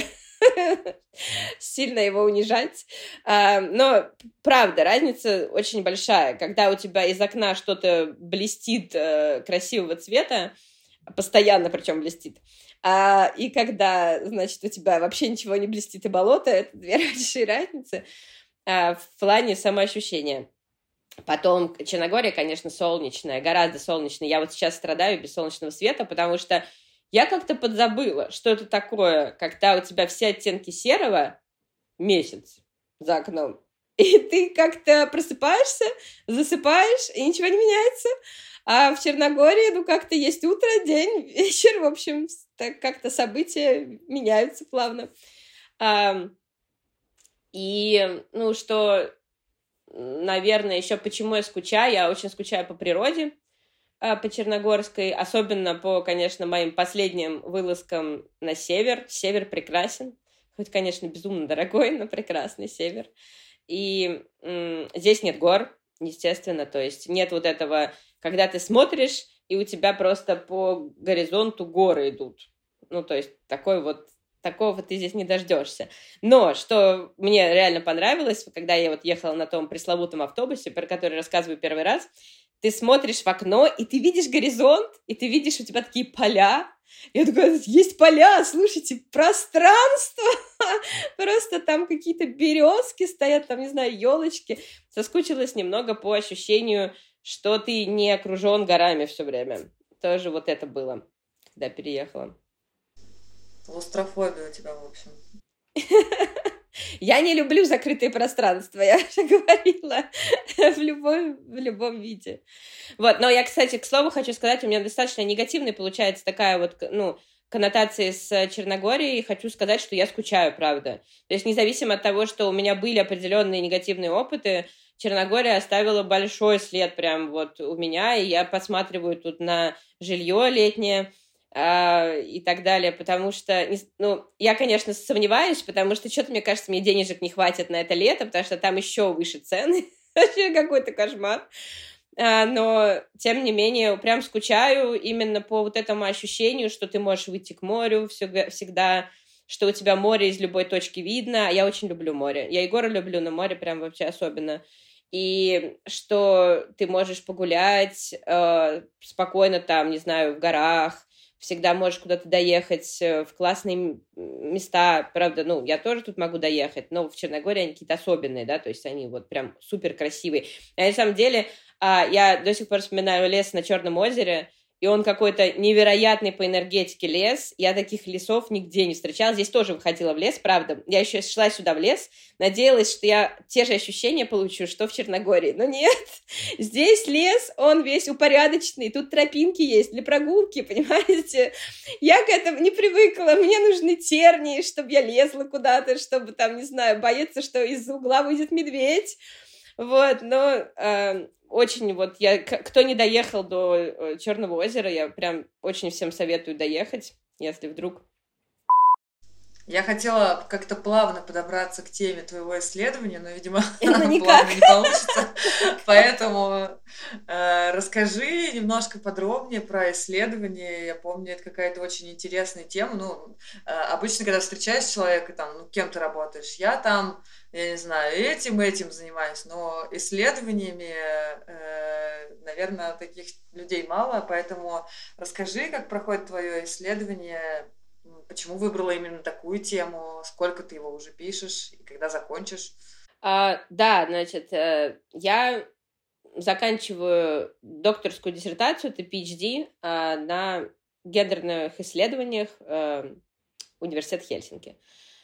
Speaker 3: унижать. Но, правда, разница очень большая. Когда у тебя из окна что-то блестит красивого цвета, постоянно причем блестит, и когда, значит, у тебя вообще ничего не блестит и болото, это две большие разницы в плане самоощущения. Потом Черногория, конечно, солнечная, гораздо солнечная. Я вот сейчас страдаю без солнечного света, потому что я как-то подзабыла, что это такое, когда у тебя все оттенки серого месяц за окном, и ты как-то просыпаешься, засыпаешь, и ничего не меняется. А в Черногории, ну, как-то есть утро, день, вечер, в общем, так как-то события меняются плавно. И, ну, что, наверное, еще почему я скучаю? Я очень скучаю по природе, по Черногорской, особенно по, конечно, моим последним вылазкам на север. Север прекрасен, хоть, конечно, безумно дорогой, но прекрасный север. И здесь нет гор, естественно, то есть нет вот этого, когда ты смотришь, и у тебя просто по горизонту горы идут. Ну, то есть такого ты здесь не дождешься. Но что мне реально понравилось, когда я вот ехала на том пресловутом автобусе, про который рассказываю первый раз, ты смотришь в окно, и ты видишь горизонт, и ты видишь, у тебя такие поля. Я такая, есть поля, слушайте, пространство! Просто там какие-то березки стоят, там, не знаю, елочки. Соскучилась немного по ощущению, что ты не окружен горами все время. Тоже вот это было, когда переехала.
Speaker 2: Клаустрофобия у тебя, в общем.
Speaker 3: Я не люблю закрытые пространства, я уже говорила, в любом виде. Вот, но я, кстати, к слову хочу сказать, у меня достаточно негативной получается такая вот, ну, коннотация с Черногорией. Хочу сказать, что я скучаю, правда. То есть независимо от того, что у меня были определенные негативные опыты, Черногория оставила большой след прям вот у меня, и я посматриваю тут на жилье летнее, и так далее, потому что, ну, я, конечно, сомневаюсь, потому что что-то, мне кажется, мне денежек не хватит на это лето, потому что там еще выше цены, вообще какой-то кошмар, но, тем не менее, прям скучаю именно по вот этому ощущению, что ты можешь выйти к морю всегда, что у тебя море из любой точки видно, а я очень люблю море, я и горы люблю, но море прям вообще особенно. и что ты можешь погулять спокойно там, не знаю, в горах, всегда можешь куда-то доехать в классные места. Правда, ну, я тоже тут могу доехать, но в Черногории они какие-то особенные, да, то есть они вот прям супер красивые. А на самом деле я до сих пор вспоминаю лес на Черном озере, и он какой-то невероятный по энергетике лес. Я таких лесов нигде не встречала. Здесь тоже выходила в лес, правда. Я еще шла сюда в лес, надеялась, что я те же ощущения получу, что в Черногории. Но нет, здесь лес, он весь упорядоченный, тут тропинки есть для прогулки, понимаете? Я к этому не привыкла, мне нужны тернии, чтобы я лезла куда-то, чтобы там, не знаю, бояться, что из-за угла выйдет медведь. Вот, но очень вот кто не доехал до Черного озера, я прям очень всем советую доехать, если вдруг.
Speaker 2: Я хотела как-то плавно подобраться к теме твоего исследования, но, видимо,
Speaker 3: плавно
Speaker 2: не получится. Поэтому расскажи немножко подробнее про исследование. Я помню, это какая-то очень интересная тема. Ну, обычно, когда встречаешь человека, там, ну, кем ты работаешь, я там, я не знаю, этим занимаюсь, но исследованиями, наверное, таких людей мало, поэтому расскажи, как проходит твое исследование. Почему выбрала именно такую тему? Сколько ты его уже пишешь и когда закончишь?
Speaker 3: Да, значит, я заканчиваю докторскую диссертацию, это PhD, на гендерных исследованиях университета Хельсинки.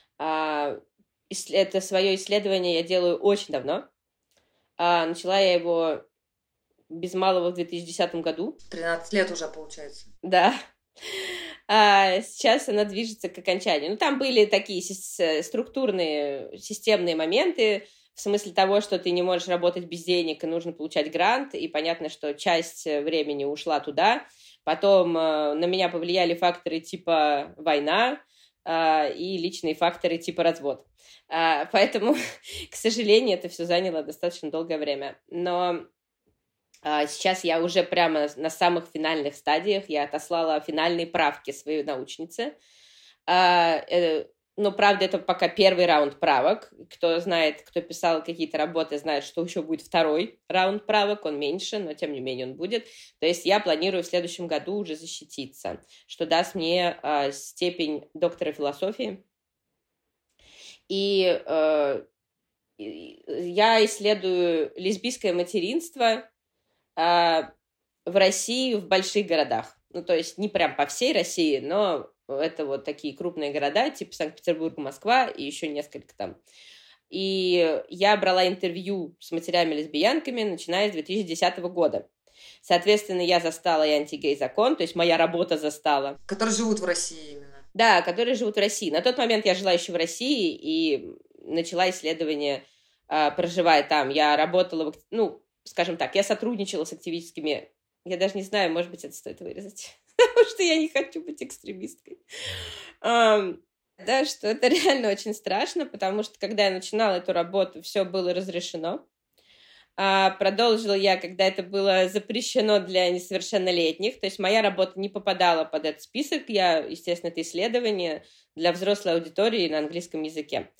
Speaker 3: Это свое исследование я делаю очень давно. Начала я его без малого в 2010 году.
Speaker 2: 13 лет уже, получается.
Speaker 3: Да. Сейчас она движется к окончанию. Ну, там были такие структурные, системные моменты, в смысле того, что ты не можешь работать без денег, и нужно получать грант, и понятно, что часть времени ушла туда. Потом на меня повлияли факторы типа война и личные факторы типа развод. Поэтому, к сожалению, это все заняло достаточно долгое время. Но сейчас я уже прямо на самых финальных стадиях. Я отослала финальные правки своей научнице. Но, правда, это пока первый раунд правок. Кто знает, кто писал какие-то работы, знает, что еще будет второй раунд правок. Он меньше, но, тем не менее, он будет. То есть я планирую в следующем году уже защититься, что даст мне степень доктора философии. И я исследую лесбийское материнство в России, в больших городах. Ну, то есть не прям по всей России, но это вот такие крупные города, типа Санкт-Петербург, Москва и еще несколько там. И я брала интервью с матерями-лесбиянками, начиная с 2010 года. Соответственно, я застала и антигей-закон, то есть моя работа застала.
Speaker 2: Которые живут в России именно.
Speaker 3: Да, которые живут в России. На тот момент я жила еще в России и начала исследование, проживая там. Я работала, скажем так, я сотрудничала с активистскими... Я даже не знаю, может быть, это стоит вырезать. Потому что я не хочу быть экстремисткой. Да, что это реально очень страшно, потому что, когда я начинала эту работу, все было разрешено. Продолжила я, когда это было запрещено для несовершеннолетних. То есть моя работа не попадала под этот список. Я, естественно, это исследование для взрослой аудитории на английском языке.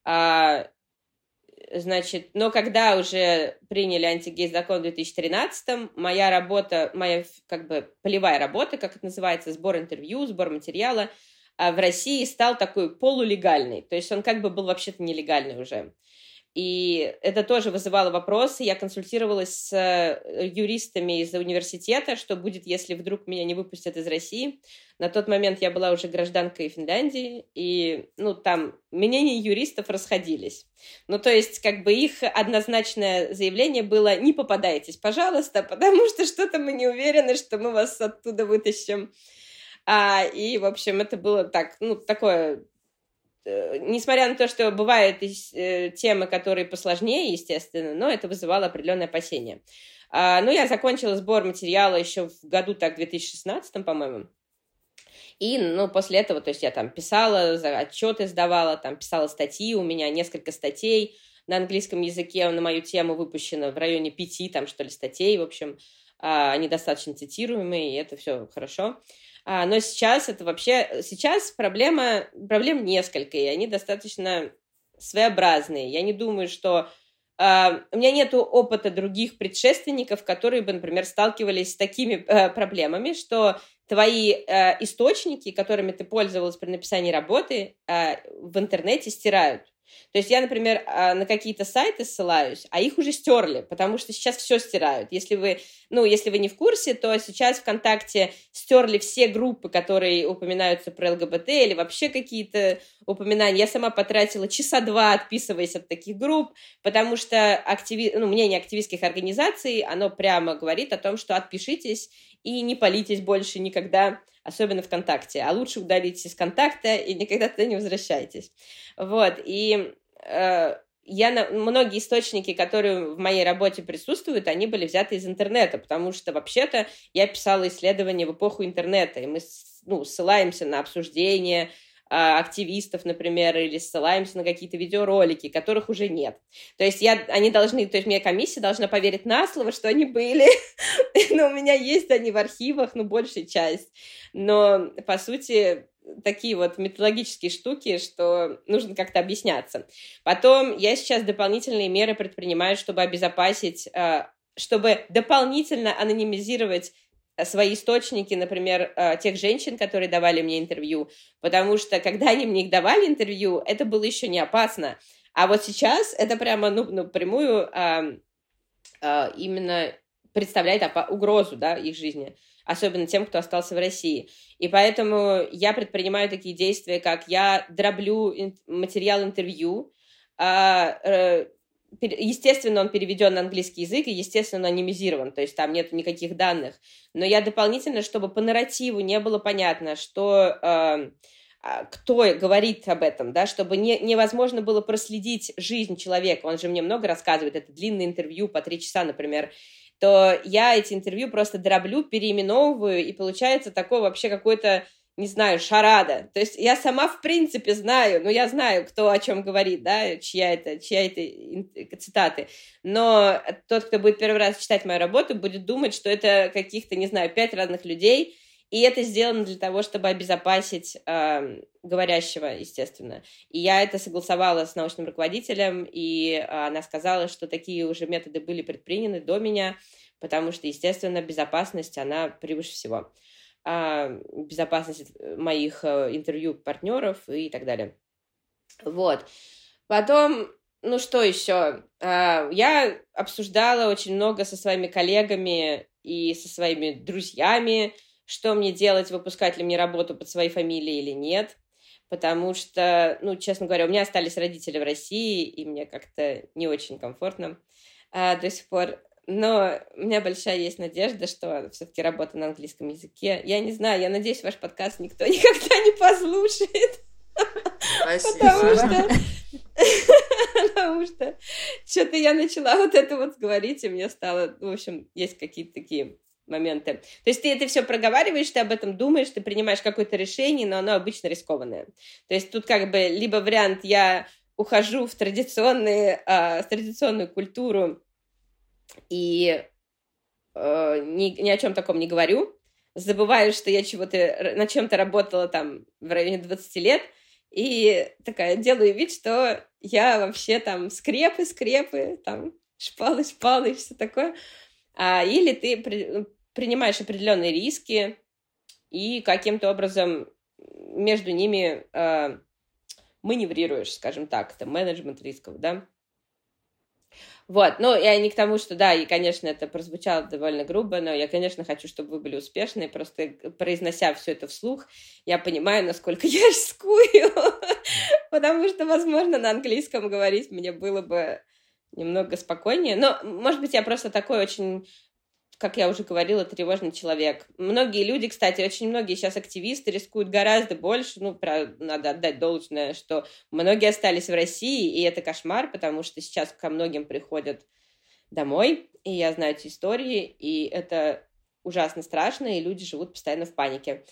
Speaker 3: Значит, но когда уже приняли антигей-закон в 2013-м, моя работа, моя как бы полевая работа, как это называется, сбор интервью, сбор материала, в России стал такой полулегальный. То есть он как бы был вообще-то нелегальный уже. И это тоже вызывало вопросы. Я консультировалась с юристами из университета, что будет, если вдруг меня не выпустят из России. На тот момент я была уже гражданкой Финляндии, и, там мнения юристов расходились. То есть, как бы их однозначное заявление было: не попадайтесь, пожалуйста, потому что что-то мы не уверены, что мы вас оттуда вытащим. И, в общем, это было такое... Несмотря на то, что бывают темы, которые посложнее, естественно, но это вызывало определенное опасение. Я закончила сбор материала еще в году, 2016, по-моему. И, после этого, то есть я там писала, отчеты сдавала, там писала статьи, у меня несколько статей на английском языке на мою тему выпущено в районе 5, статей, в общем, они достаточно цитируемые, и это все хорошо. Но сейчас это вообще... Сейчас проблем несколько, и они достаточно своеобразные. Я не думаю, что у меня нету опыта других предшественников, которые бы, например, сталкивались с такими проблемами, что твои источники, которыми ты пользовалась при написании работы, в интернете стирают. То есть я, например, на какие-то сайты ссылаюсь, а их уже стерли, потому что сейчас все стирают. Если вы не в курсе, то сейчас ВКонтакте стерли все группы, которые упоминаются про ЛГБТ или вообще какие-то упоминания. Я сама потратила часа 2, отписываясь от таких групп, потому что мнение активистских организаций, оно прямо говорит о том, что отпишитесь и не палитесь больше никогда, особенно ВКонтакте, а лучше удалитесь из контакта и никогда туда не возвращайтесь. Вот, и многие источники, которые в моей работе присутствуют, они были взяты из интернета, потому что, вообще-то, я писала исследования в эпоху интернета, и мы ссылаемся на обсуждения активистов, например, или ссылаемся на какие-то видеоролики, которых уже нет. То есть моя комиссия должна поверить на слово, что они были, но у меня есть они в архивах, большая часть. Но, по сути, такие вот методологические штуки, что нужно как-то объясняться. Потом я сейчас дополнительные меры предпринимаю, чтобы обезопасить, чтобы дополнительно анонимизировать свои источники, например, тех женщин, которые давали мне интервью, потому что, когда они мне их давали интервью, это было еще не опасно. А вот сейчас это прямо, напрямую именно представляет угрозу, да, их жизни, особенно тем, кто остался в России. И поэтому я предпринимаю такие действия, как я дроблю материал интервью, естественно, он переведен на английский язык и, естественно, анонимизирован, то есть там нет никаких данных. Но я дополнительно, чтобы по нарративу не было понятно, что кто говорит об этом, да, чтобы невозможно было проследить жизнь человека, он же мне много рассказывает, это длинное интервью по 3 часа, например, то я эти интервью просто дроблю, переименовываю, и получается такой вообще какой-то, не знаю, шарада. То есть я сама в принципе знаю, я знаю, кто о чем говорит, да, чья это цитаты. Но тот, кто будет первый раз читать мою работу, будет думать, что это каких-то, не знаю, 5 разных людей, и это сделано для того, чтобы обезопасить говорящего, естественно. И я это согласовала с научным руководителем, и она сказала, что такие уже методы были предприняты до меня, потому что, естественно, безопасность, она превыше всего. Безопасность моих интервью партнеров и так далее. Вот. Потом, что еще? Я обсуждала очень много со своими коллегами и со своими друзьями, что мне делать, выпускать ли мне работу под своей фамилией или нет, потому что, честно говоря, у меня остались родители в России, и мне как-то не очень комфортно до сих пор. Но у меня большая есть надежда, что все-таки работа на английском языке. Я не знаю, я надеюсь, ваш подкаст никто никогда не послушает.
Speaker 2: Спасибо.
Speaker 3: Потому что что-то я начала вот это вот говорить, и мне стало, в общем, есть какие-то такие моменты. То есть ты это все проговариваешь, ты об этом думаешь, ты принимаешь какое-то решение, но оно обычно рискованное. То есть тут как бы либо вариант я ухожу в традиционную культуру, и ни о чем таком не говорю, забываю, что я на чем-то работала там в районе 20 лет, и такая делаю вид, что я вообще там скрепы, там шпалы, и все такое. Или ты принимаешь определенные риски и каким-то образом между ними маневрируешь, скажем так, это менеджмент рисков, да. Вот, я не к тому, что, да, и, конечно, это прозвучало довольно грубо, но я, конечно, хочу, чтобы вы были успешны, просто произнося все это вслух, я понимаю, насколько я рискую, потому что, возможно, на английском говорить мне было бы немного спокойнее, но, может быть, я просто такой очень, как я уже говорила, тревожный человек. Многие люди, кстати, очень многие сейчас активисты рискуют гораздо больше, надо отдать должное, что многие остались в России, и это кошмар, потому что сейчас ко многим приходят домой, и я знаю эти истории, и это ужасно страшно, и люди живут постоянно в панике.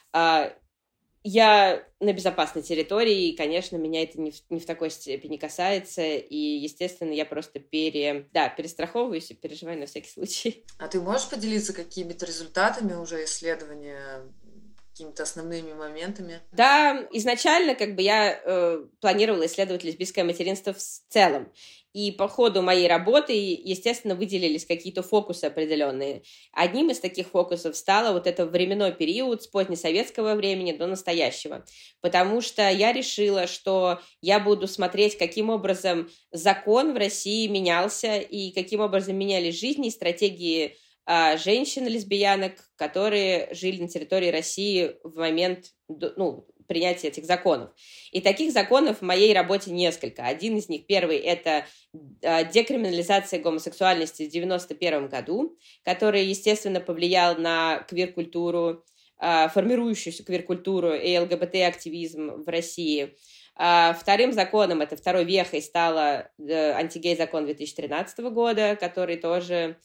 Speaker 3: Я на безопасной территории, и, конечно, меня это не в такой степени касается, и, естественно, я просто перестраховываюсь и переживаю на всякий случай.
Speaker 2: А ты можешь поделиться какими-то результатами уже исследования какими-то основными моментами?
Speaker 3: Да, изначально как бы я планировала исследовать лесбийское материнство в целом. И по ходу моей работы, естественно, выделились какие-то фокусы определенные. Одним из таких фокусов стало вот это временной период с позднесоветского времени до настоящего. Потому что я решила, что я буду смотреть, каким образом закон в России менялся и каким образом менялись жизни и стратегии женщин-лесбиянок, которые жили на территории России в момент принятия этих законов. И таких законов в моей работе несколько. Один из них, первый, это декриминализация гомосексуальности в 1991 году, который, естественно, повлиял на квир-культуру, формирующуюся квир-культуру и ЛГБТ-активизм в России. Вторым законом, это второй вехой, стала антигей-закон 2013 года, который тоже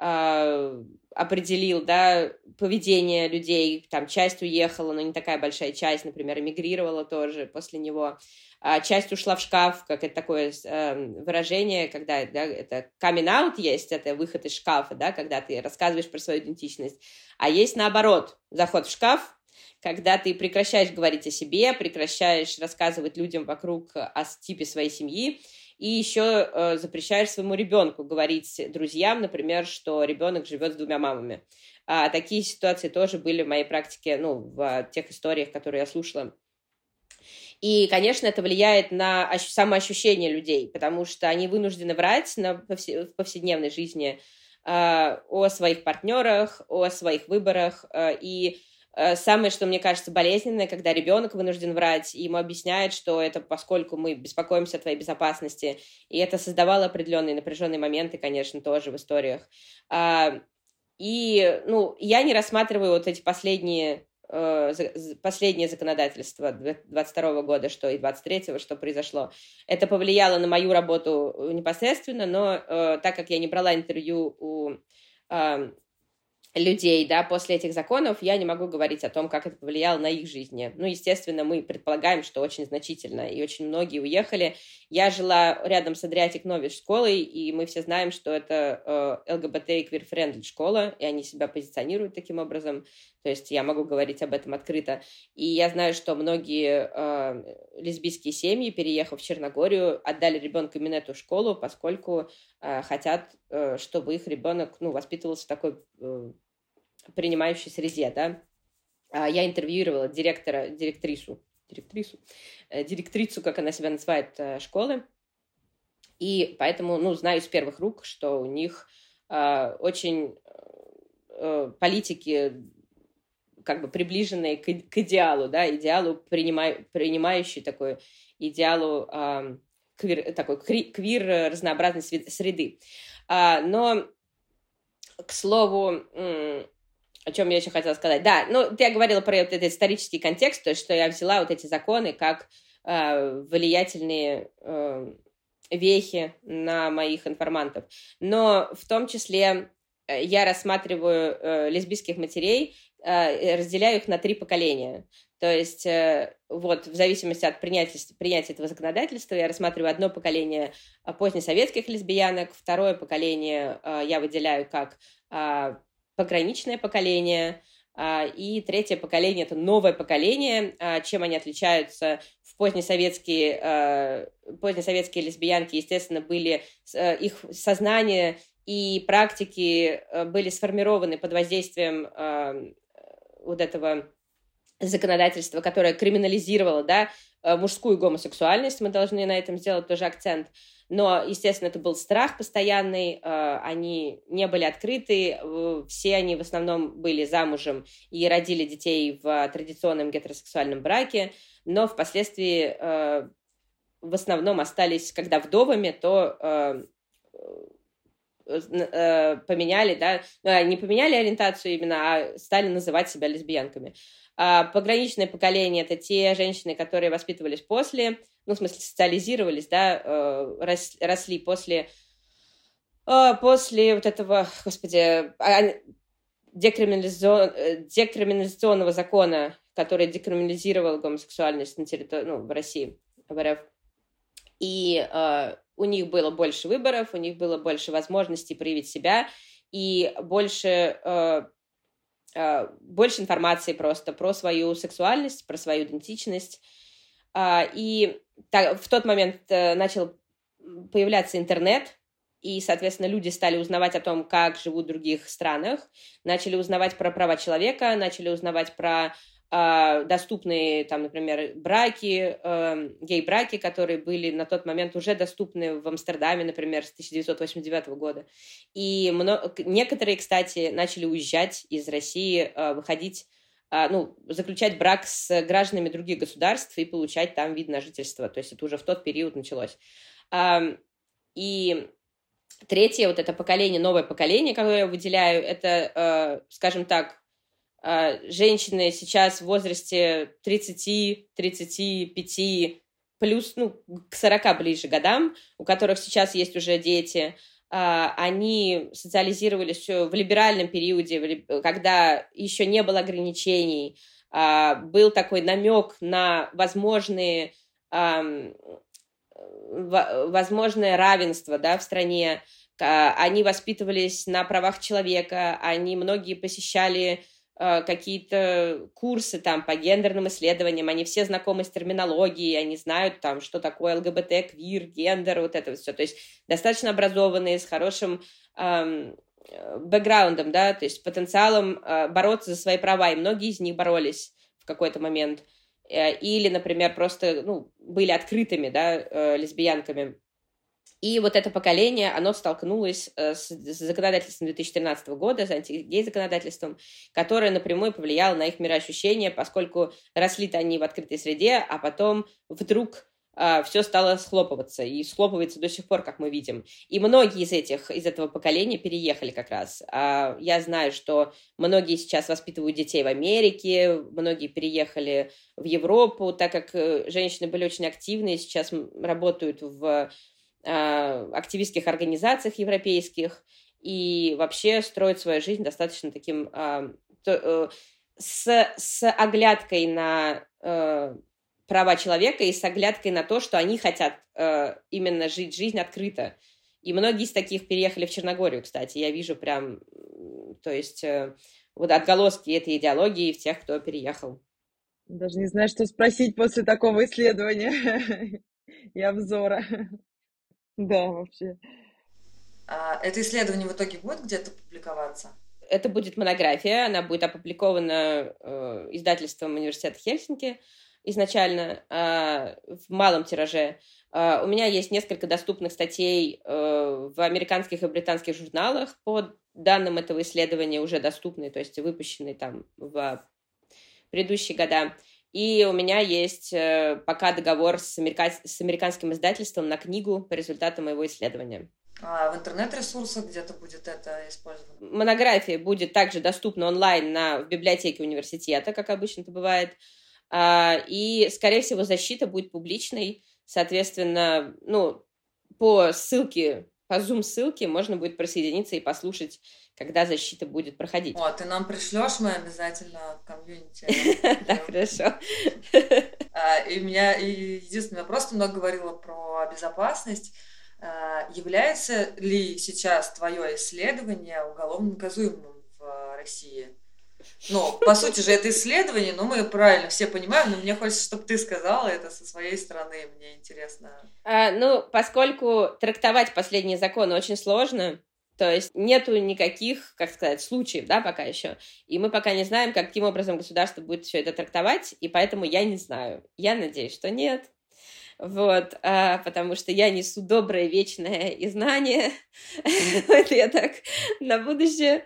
Speaker 3: определил, да, поведение людей, там часть уехала, но не такая большая часть, например, эмигрировала тоже после него, часть ушла в шкаф, как это такое выражение, когда, да, это coming out есть, это выход из шкафа, да, когда ты рассказываешь про свою идентичность, а есть наоборот, заход в шкаф, когда ты прекращаешь говорить о себе, прекращаешь рассказывать людям вокруг о типе своей семьи, и еще запрещаешь своему ребенку говорить друзьям, например, что ребенок живет с двумя мамами. Такие ситуации тоже были в моей практике, в тех историях, которые я слушала. И, конечно, это влияет на самоощущение людей, потому что они вынуждены врать в повседневной жизни о своих партнерах, о своих выборах. И самое, что мне кажется болезненное, когда ребенок вынужден врать, и ему объясняют, что это поскольку мы беспокоимся о твоей безопасности, и это создавало определенные напряженные моменты, конечно, тоже в историях. Я не рассматриваю вот эти последние законодательства 22 года, что и 23-го, что произошло. Это повлияло на мою работу непосредственно, но так как я не брала интервью у людей, да, после этих законов, я не могу говорить о том, как это повлияло на их жизни. Естественно, мы предполагаем, что очень значительно, и очень многие уехали. Я жила рядом с Adriatic Novice школой, и мы все знаем, что это ЛГБТ и queer-friendly школа, и они себя позиционируют таким образом, то есть я могу говорить об этом открыто. И я знаю, что многие лесбийские семьи, переехав в Черногорию, отдали ребенка именно эту школу, поскольку хотят, чтобы их ребенок, воспитывался в такой принимающей среде, да. Я интервьюировала директрису, как она себя называет, школы, и поэтому, знаю из первых рук, что у них очень политики как бы приближенные к идеалу, да, идеалу принимающей такой, идеалу квир разнообразной среды. Но, к слову, о чем я еще хотела сказать. Да, я говорила про этот исторический контекст, то есть, что я взяла вот эти законы как влиятельные вехи на моих информантов. Но в том числе я рассматриваю лесбийских матерей, разделяю их на 3 поколения. То есть в зависимости от принятия этого законодательства я рассматриваю одно поколение позднесоветских лесбиянок, второе поколение я выделяю как пограничное поколение, и третье поколение – это новое поколение. Чем они отличаются? В позднесоветские лесбиянки, естественно, были их сознание и практики были сформированы под воздействием вот этого законодательства, которое криминализировало, да, мужскую гомосексуальность. Мы должны на этом сделать тоже акцент. Но, естественно, это был страх постоянный, они не были открыты, все они в основном были замужем и родили детей в традиционном гетеросексуальном браке, но впоследствии в основном остались, когда вдовами, то поменяли, да, не поменяли ориентацию именно, а стали называть себя лесбиянками. Пограничное поколение – это те женщины, которые воспитывались после, в смысле социализировались, да, росли после вот этого, декриминализационного закона, который декриминализировал гомосексуальность на территории, в России, в РФ. И у них было больше выборов, у них было больше возможностей проявить себя и больше больше информации просто про свою сексуальность, про свою идентичность. И в тот момент начал появляться интернет, и, соответственно, люди стали узнавать о том, как живут в других странах, начали узнавать про права человека, начали узнавать про доступные, там, например, браки, гей-браки, которые были на тот момент уже доступны в Амстердаме, например, с 1989 года. И некоторые, кстати, начали уезжать из России, выходить, заключать брак с гражданами других государств и получать там вид на жительство. То есть это уже в тот период началось. И третье, вот это поколение, новое поколение, которое я выделяю, это, скажем так, женщины сейчас в возрасте 30-35, плюс, к 40 ближе годам, у которых сейчас есть уже дети, они социализировались в либеральном периоде, когда еще не было ограничений, был такой намек на возможное равенство, да, в стране. Они воспитывались на правах человека, многие посещали какие-то курсы там по гендерным исследованиям, они все знакомы с терминологией, они знают там, что такое ЛГБТ, квир, гендер, вот это все. То есть достаточно образованные, с хорошим бэкграундом, да, то есть потенциалом бороться за свои права, и многие из них боролись в какой-то момент. Или, например, просто, были открытыми, да, лесбиянками. И вот это поколение, оно столкнулось с законодательством 2013 года, с антигей-законодательством, которое напрямую повлияло на их мироощущение, поскольку росли-то они в открытой среде, а потом вдруг все стало схлопываться, и схлопывается до сих пор, как мы видим. И многие из этого поколения переехали как раз. Я знаю, что многие сейчас воспитывают детей в Америке, многие переехали в Европу, так как женщины были очень активны, сейчас работают в активистских организациях европейских и вообще строят свою жизнь достаточно таким с оглядкой на права человека и с оглядкой на то, что они хотят именно жить жизнь открыто. И многие из таких переехали в Черногорию, кстати. Я вижу прям, то есть вот отголоски этой идеологии в тех, кто переехал.
Speaker 4: Даже не знаю, что спросить после такого исследования и обзора. Да, вообще.
Speaker 2: Это исследование в итоге будет где-то публиковаться?
Speaker 3: Это будет монография, она будет опубликована издательством Университета Хельсинки изначально в малом тираже. У меня есть несколько доступных статей в американских и британских журналах по данным этого исследования, уже доступные, то есть выпущенные там в предыдущие года. И у меня есть пока договор с американским издательством на книгу по результатам моего исследования.
Speaker 2: А в интернет-ресурсах где-то будет это использовано?
Speaker 3: Монография будет также доступна онлайн в библиотеке университета, как обычно это бывает. И, скорее всего, защита будет публичной. Соответственно, по Zoom-ссылке можно будет присоединиться и послушать, когда защита будет проходить.
Speaker 2: Ты нам пришлешь, мы обязательно в комьюнити.
Speaker 3: Да, хорошо.
Speaker 2: И меня единственный вопрос, ты много говорила про безопасность. Является ли сейчас твое исследование уголовно наказуемым в России? По сути же, это исследование, мы правильно все понимаем, но мне хочется, чтобы ты сказала это со своей стороны, мне интересно.
Speaker 3: Поскольку трактовать последние законы очень сложно, то есть нету никаких, случаев, да, пока еще, и мы пока не знаем, каким образом государство будет все это трактовать, и поэтому я не знаю. Я надеюсь, что нет. Потому что я несу доброе, вечное и знание. Это я так на будущее.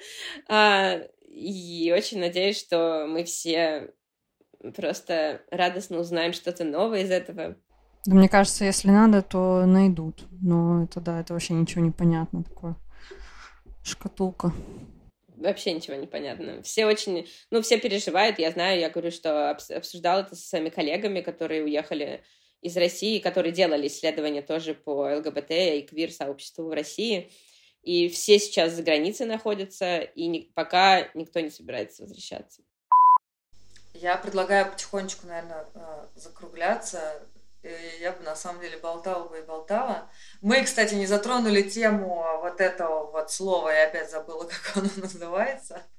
Speaker 3: И очень надеюсь, что мы все просто радостно узнаем что-то новое из этого.
Speaker 1: Да, мне кажется, если надо, то найдут. Но это вообще ничего не понятно такое. Шкатулка.
Speaker 3: Вообще ничего не понятно. Все очень... все переживают, я знаю, я говорю, что обсуждала это со своими коллегами, которые уехали из России, которые делали исследования тоже по ЛГБТ и квир-сообществу в России. И все сейчас за границей находятся, и пока никто не собирается возвращаться.
Speaker 2: Я предлагаю потихонечку, наверное, закругляться. Я бы, на самом деле, болтала. Мы, кстати, не затронули тему вот этого вот слова, я опять забыла, как оно называется.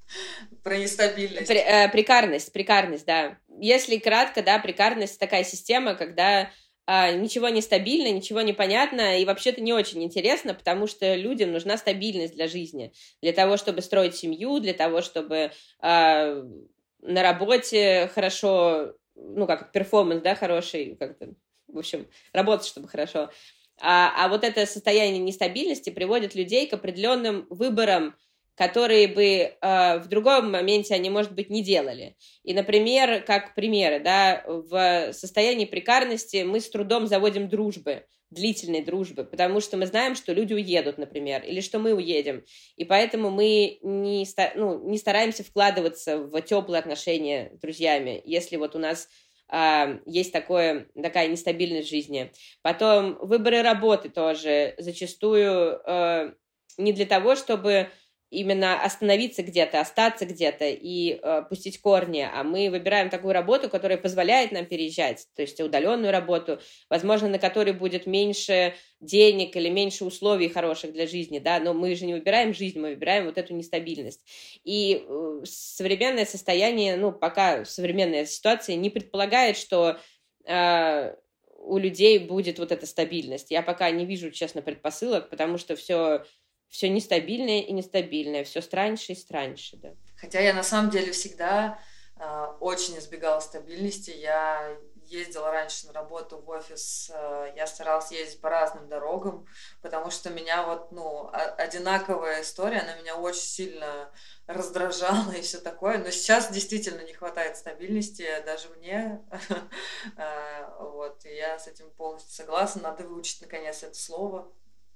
Speaker 2: Про нестабильность.
Speaker 3: Прекарность, да. Если кратко, да, прекарность такая система, когда ничего не стабильно, ничего не понятно, и вообще-то не очень интересно, потому что людям нужна стабильность для жизни, для того, чтобы строить семью, для того, чтобы на работе хорошо, ну, как перформанс, да, хороший, как-то, в общем, работать, чтобы хорошо. А вот это состояние нестабильности приводит людей к определенным выборам, которые бы в другом моменте они, может быть, не делали. И, например, как примеры, да, в состоянии прекарности мы с трудом заводим дружбы, длительной дружбы, потому что мы знаем, что люди уедут, например, или что мы уедем. И поэтому мы не стараемся вкладываться в теплые отношения с друзьями, если вот у нас есть такая нестабильность в жизни. Потом выборы работы тоже зачастую не для того, чтобы именно остановиться где-то, остаться где-то и пустить корни, а мы выбираем такую работу, которая позволяет нам переезжать, то есть удаленную работу, возможно, на которой будет меньше денег или меньше условий хороших для жизни, да, но мы же не выбираем жизнь, мы выбираем вот эту нестабильность. И современное состояние, ну, пока современная ситуация не предполагает, что у людей будет вот эта стабильность. Я пока не вижу, честно, предпосылок, потому что все нестабильное и нестабильное, все страньше и страньше, да.
Speaker 2: Хотя я на самом деле всегда очень избегала стабильности. Я ездила раньше на работу в офис, я старалась ездить по разным дорогам, потому что меня вот, одинаковая история, она меня очень сильно раздражала и все такое. Но сейчас действительно не хватает стабильности даже мне. Вот, и я с этим полностью согласна. Надо выучить наконец это слово.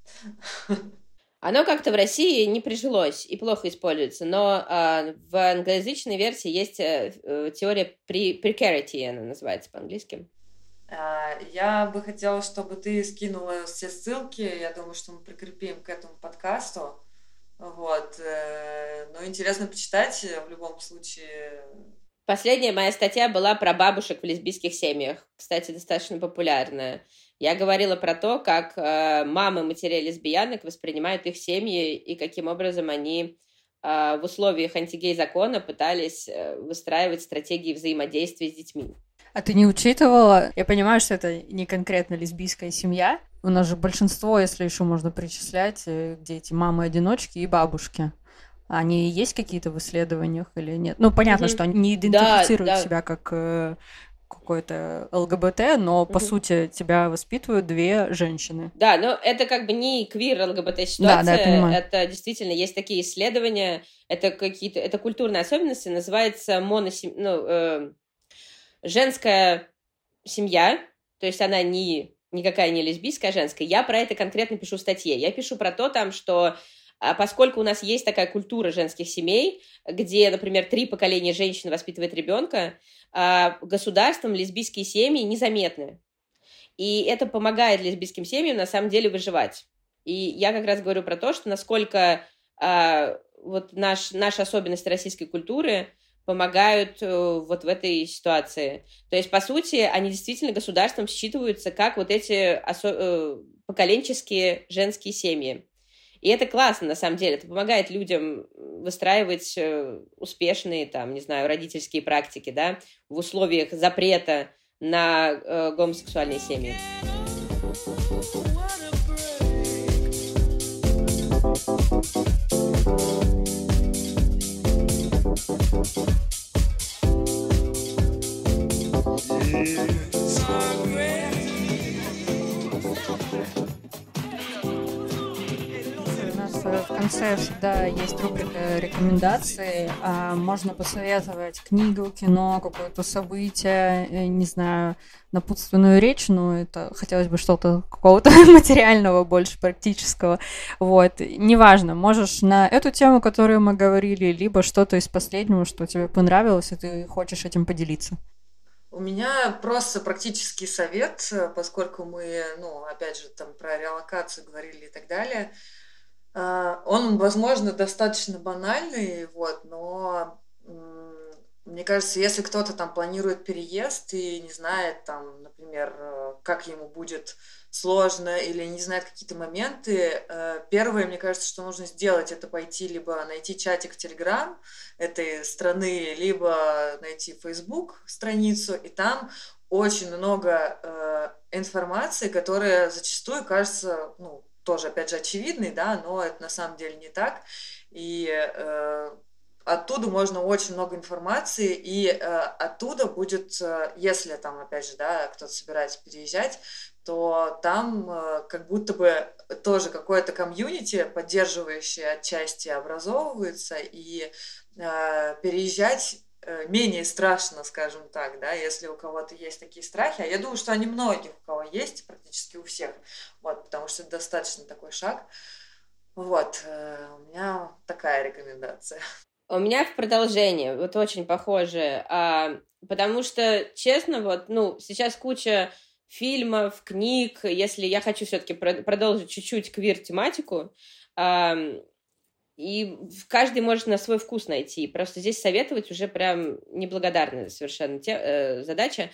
Speaker 3: Оно как-то в России не прижилось и плохо используется, но в англоязычной версии есть теория precarity, она называется по-английски.
Speaker 2: Я бы хотела, чтобы ты скинула все ссылки, я думаю, что мы прикрепим к этому подкасту. Вот. Но интересно почитать в любом случае.
Speaker 3: Последняя моя статья была про бабушек в лесбийских семьях, кстати, достаточно популярная. Я говорила про то, как мамы матерей лесбиянок воспринимают их семьи и каким образом они в условиях антигей-закона пытались выстраивать стратегии взаимодействия с детьми.
Speaker 1: А ты не учитывала? Я понимаю, что это не конкретно лесбийская семья. У нас же большинство, если еще можно причислять, где эти мамы-одиночки и бабушки. Они есть какие-то в исследованиях или нет? Ну, понятно, что они не идентифицируют себя как какой-то ЛГБТ, но, по сути, тебя воспитывают две женщины.
Speaker 3: Да, но это как бы не квир-ЛГБТ-ситуация.
Speaker 1: Да, я понимаю.
Speaker 3: Это действительно есть такие исследования, это культурные особенности, называется женская семья, то есть она никакая не лесбийская, а женская. Я про это конкретно пишу в статье. Я пишу про то там, что поскольку у нас есть такая культура женских семей, где, например, 3 поколения женщин воспитывает ребенка, государством лесбийские семьи незаметны. И это помогает лесбийским семьям на самом деле выживать. И я как раз говорю про то, что насколько вот наши особенности российской культуры помогают вот в этой ситуации. То есть, по сути, они действительно государством считываются как вот эти поколенческие женские семьи. И это классно, на самом деле. Это помогает людям выстраивать успешные, там, не знаю, родительские практики, да, в условиях запрета на гомосексуальные семьи.
Speaker 1: В конце всегда есть рубрика рекомендаций. Можно посоветовать книгу, кино, какое-то событие, не знаю, напутственную речь, но это хотелось бы что-то какого-то материального, больше практического. Вот. Неважно, можешь на эту тему, которую мы говорили, либо что-то из последнего, что тебе понравилось, и ты хочешь этим поделиться.
Speaker 2: У меня просто практический совет, поскольку мы, опять же, там про релокацию говорили и так далее. Он, возможно, достаточно банальный, вот, но мне Мне кажется, если кто-то там планирует переезд и не знает там, например, как ему будет сложно или не знает какие-то моменты, первое, мне кажется, что нужно сделать, это пойти либо найти чатик в Telegram этой страны, либо найти Facebook страницу, и там очень много информации, которая зачастую кажется, ну, тоже, опять же, очевидной, да, но это на самом деле не так. И оттуда можно очень много информации, и оттуда будет, если там, опять же, да, кто-то собирается переезжать, то там как будто бы тоже какое-то комьюнити, поддерживающее отчасти, образовывается, и переезжать менее страшно, скажем так, да, если у кого-то есть такие страхи, а я думаю, что они многих, у кого есть, практически у всех, вот, потому что это достаточно такой шаг, вот, у меня такая рекомендация.
Speaker 3: У меня в продолжение, вот очень похоже, потому что, честно, вот, ну, сейчас куча фильмов, книг, если я хочу все-таки продолжить чуть-чуть квир-тематику, и каждый может на свой вкус найти. Просто здесь советовать уже прям неблагодарная совершенно задача.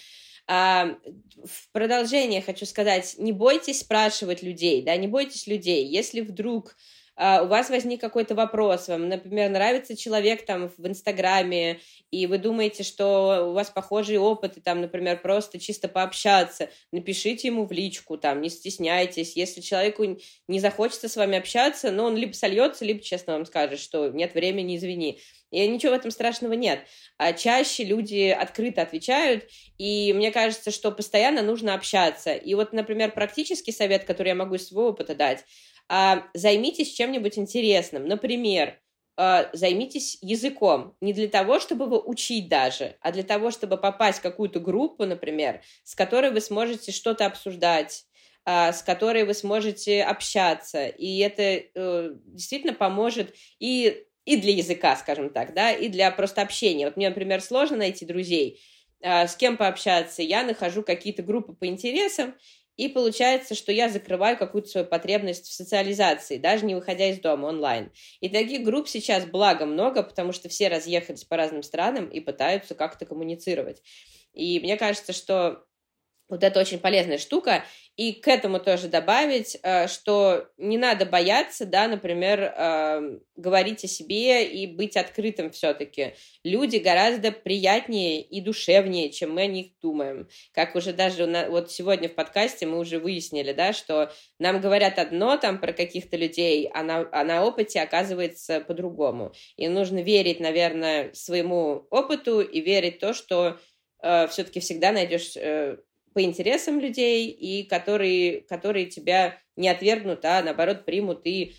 Speaker 3: В продолжение хочу сказать, не бойтесь спрашивать людей, да, не бойтесь людей. Если вдруг у вас возник какой-то вопрос, вам, например, нравится человек там в Инстаграме, и вы думаете, что у вас похожий опыт, и там, например, просто чисто пообщаться, напишите ему в личку, там, не стесняйтесь. Если человеку не захочется с вами общаться, но он либо сольется, либо честно вам скажет, что нет времени, извини. И ничего в этом страшного нет. А чаще люди открыто отвечают, и мне кажется, что постоянно нужно общаться. И вот, например, практический совет, который я могу из своего опыта дать, займитесь чем-нибудь интересным. Например, займитесь языком. Не для того, чтобы его учить даже, а для того, чтобы попасть в какую-то группу, например, с которой вы сможете что-то обсуждать, с которой вы сможете общаться. И это действительно поможет и для языка, скажем так, да, и для просто общения. Вот мне, например, сложно найти друзей, с кем пообщаться. Я нахожу какие-то группы по интересам, и получается, что я закрываю какую-то свою потребность в социализации, даже не выходя из дома онлайн. И таких групп сейчас, благо, много, потому что все разъехались по разным странам и пытаются как-то коммуницировать. И мне кажется, что вот это очень полезная штука. И к этому тоже добавить, что не надо бояться, да, например, говорить о себе и быть открытым все-таки. Люди гораздо приятнее и душевнее, чем мы о них думаем. Как уже даже вот сегодня в подкасте мы уже выяснили, да, что нам говорят одно там про каких-то людей, а на опыте оказывается по-другому. И нужно верить, наверное, своему опыту и верить в то, что все-таки всегда найдешь по интересам людей, и которые тебя не отвергнут, а наоборот примут и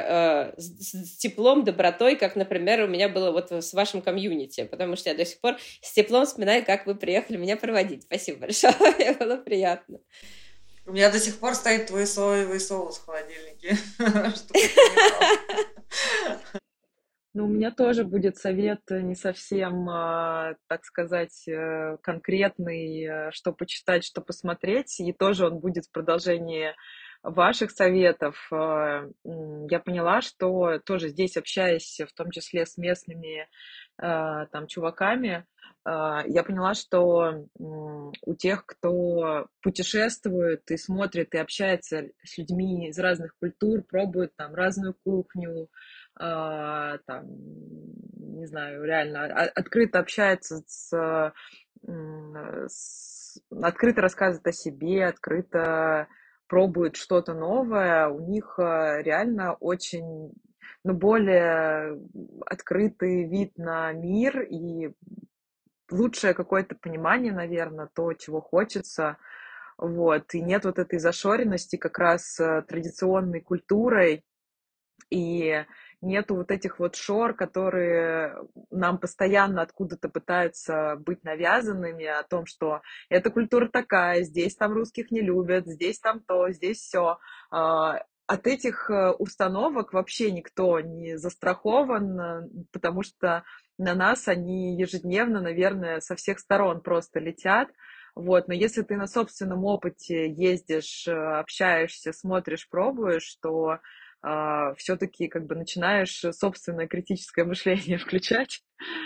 Speaker 3: с теплом, добротой, как, например, у меня было вот с вашим комьюнити, потому что я до сих пор с теплом вспоминаю, как вы приехали меня проводить. Спасибо большое, мне было приятно.
Speaker 2: У меня до сих пор стоит твой соевый соус в холодильнике.
Speaker 4: Ну, у меня тоже будет совет не совсем, так сказать, конкретный, что почитать, что посмотреть, и тоже он будет в продолжении ваших советов. Я поняла, что тоже здесь, общаясь в том числе с местными там чуваками, я поняла, что у тех, кто путешествует и смотрит и общается с людьми из разных культур, пробует там разную кухню, там, не знаю, реально открыто общается открыто рассказывает о себе, открыто пробует что-то новое, у них реально очень, ну, более открытый вид на мир и лучшее какое-то понимание, наверное, то, чего хочется. Вот. И нет вот этой зашоренности как раз традиционной культурой, и нету вот этих вот шор, которые нам постоянно откуда-то пытаются быть навязанными, о том, что эта культура такая, здесь там русских не любят, здесь там то, здесь все. От этих установок вообще никто не застрахован, потому что на нас они ежедневно, наверное, со всех сторон просто летят. Вот. Но если ты на собственном опыте ездишь, общаешься, смотришь, пробуешь, то все-таки как бы начинаешь собственное критическое мышление включать.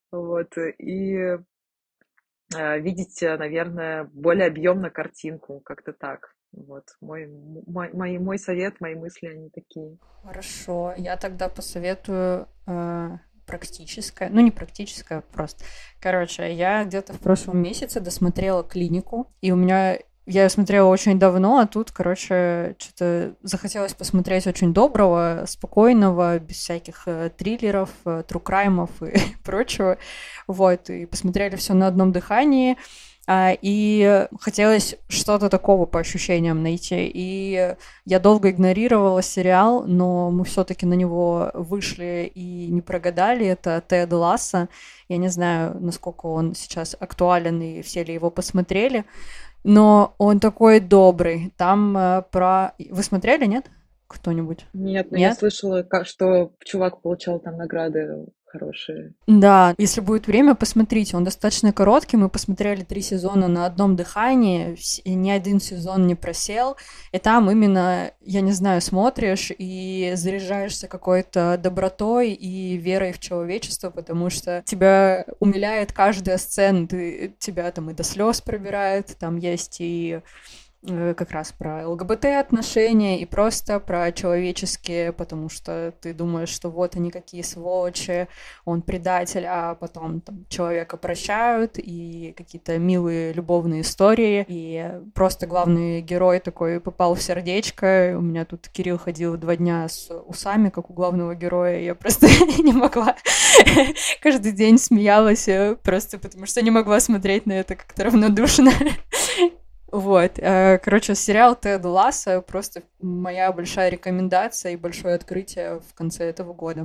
Speaker 4: Вот, и видеть, наверное, более объемно картинку, как-то так. Вот, мой совет, мои мысли, они такие.
Speaker 1: Хорошо, я тогда посоветую практическое, ну не практическое, просто. Короче, я где-то в прошлом месяце досмотрела «Клинику», и у меня я ее смотрела очень давно, а тут, короче, что-то захотелось посмотреть очень доброго, спокойного, без всяких триллеров, тру-краймов и прочего. Вот, и посмотрели все на одном дыхании. И хотелось что-то такого по ощущениям найти. И я долго игнорировала сериал, но мы все-таки на него вышли и не прогадали. Это Тед Лассо. Я не знаю, насколько он сейчас актуален и все ли его посмотрели, но он такой добрый. Там про... Вы смотрели, нет? Кто-нибудь?
Speaker 4: Нет, но я слышала, что чувак получал там награды хорошие.
Speaker 1: Да, если будет время, посмотрите. Он достаточно короткий. Мы посмотрели 3 сезона на одном дыхании. Ни один сезон не просел. И там именно, я не знаю, смотришь и заряжаешься какой-то добротой и верой в человечество, потому что тебя умиляет каждая сцена. Тебя там и до слез пробирает. Там есть и как раз про ЛГБТ-отношения и просто про человеческие, потому что ты думаешь, что вот они какие сволочи, он предатель, а потом там человека прощают, и какие-то милые любовные истории, и просто главный герой такой попал в сердечко. У меня тут Кирилл ходил 2 дня с усами, как у главного героя, я просто не могла. Каждый день смеялась, просто потому что не могла смотреть на это как-то равнодушно. Вот, короче, сериал Тед Лассо просто моя большая рекомендация и большое открытие в конце этого года.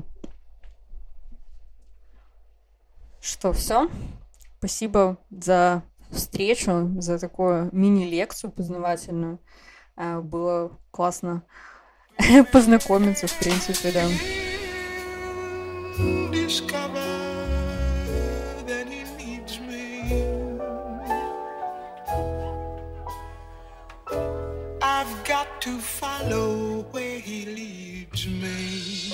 Speaker 1: Что, все? Спасибо за встречу, за такую мини-лекцию познавательную. Было классно познакомиться, в принципе, да.
Speaker 5: I've got to follow where he leads me,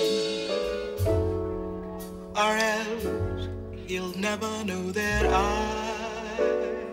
Speaker 5: or else he'll never know that I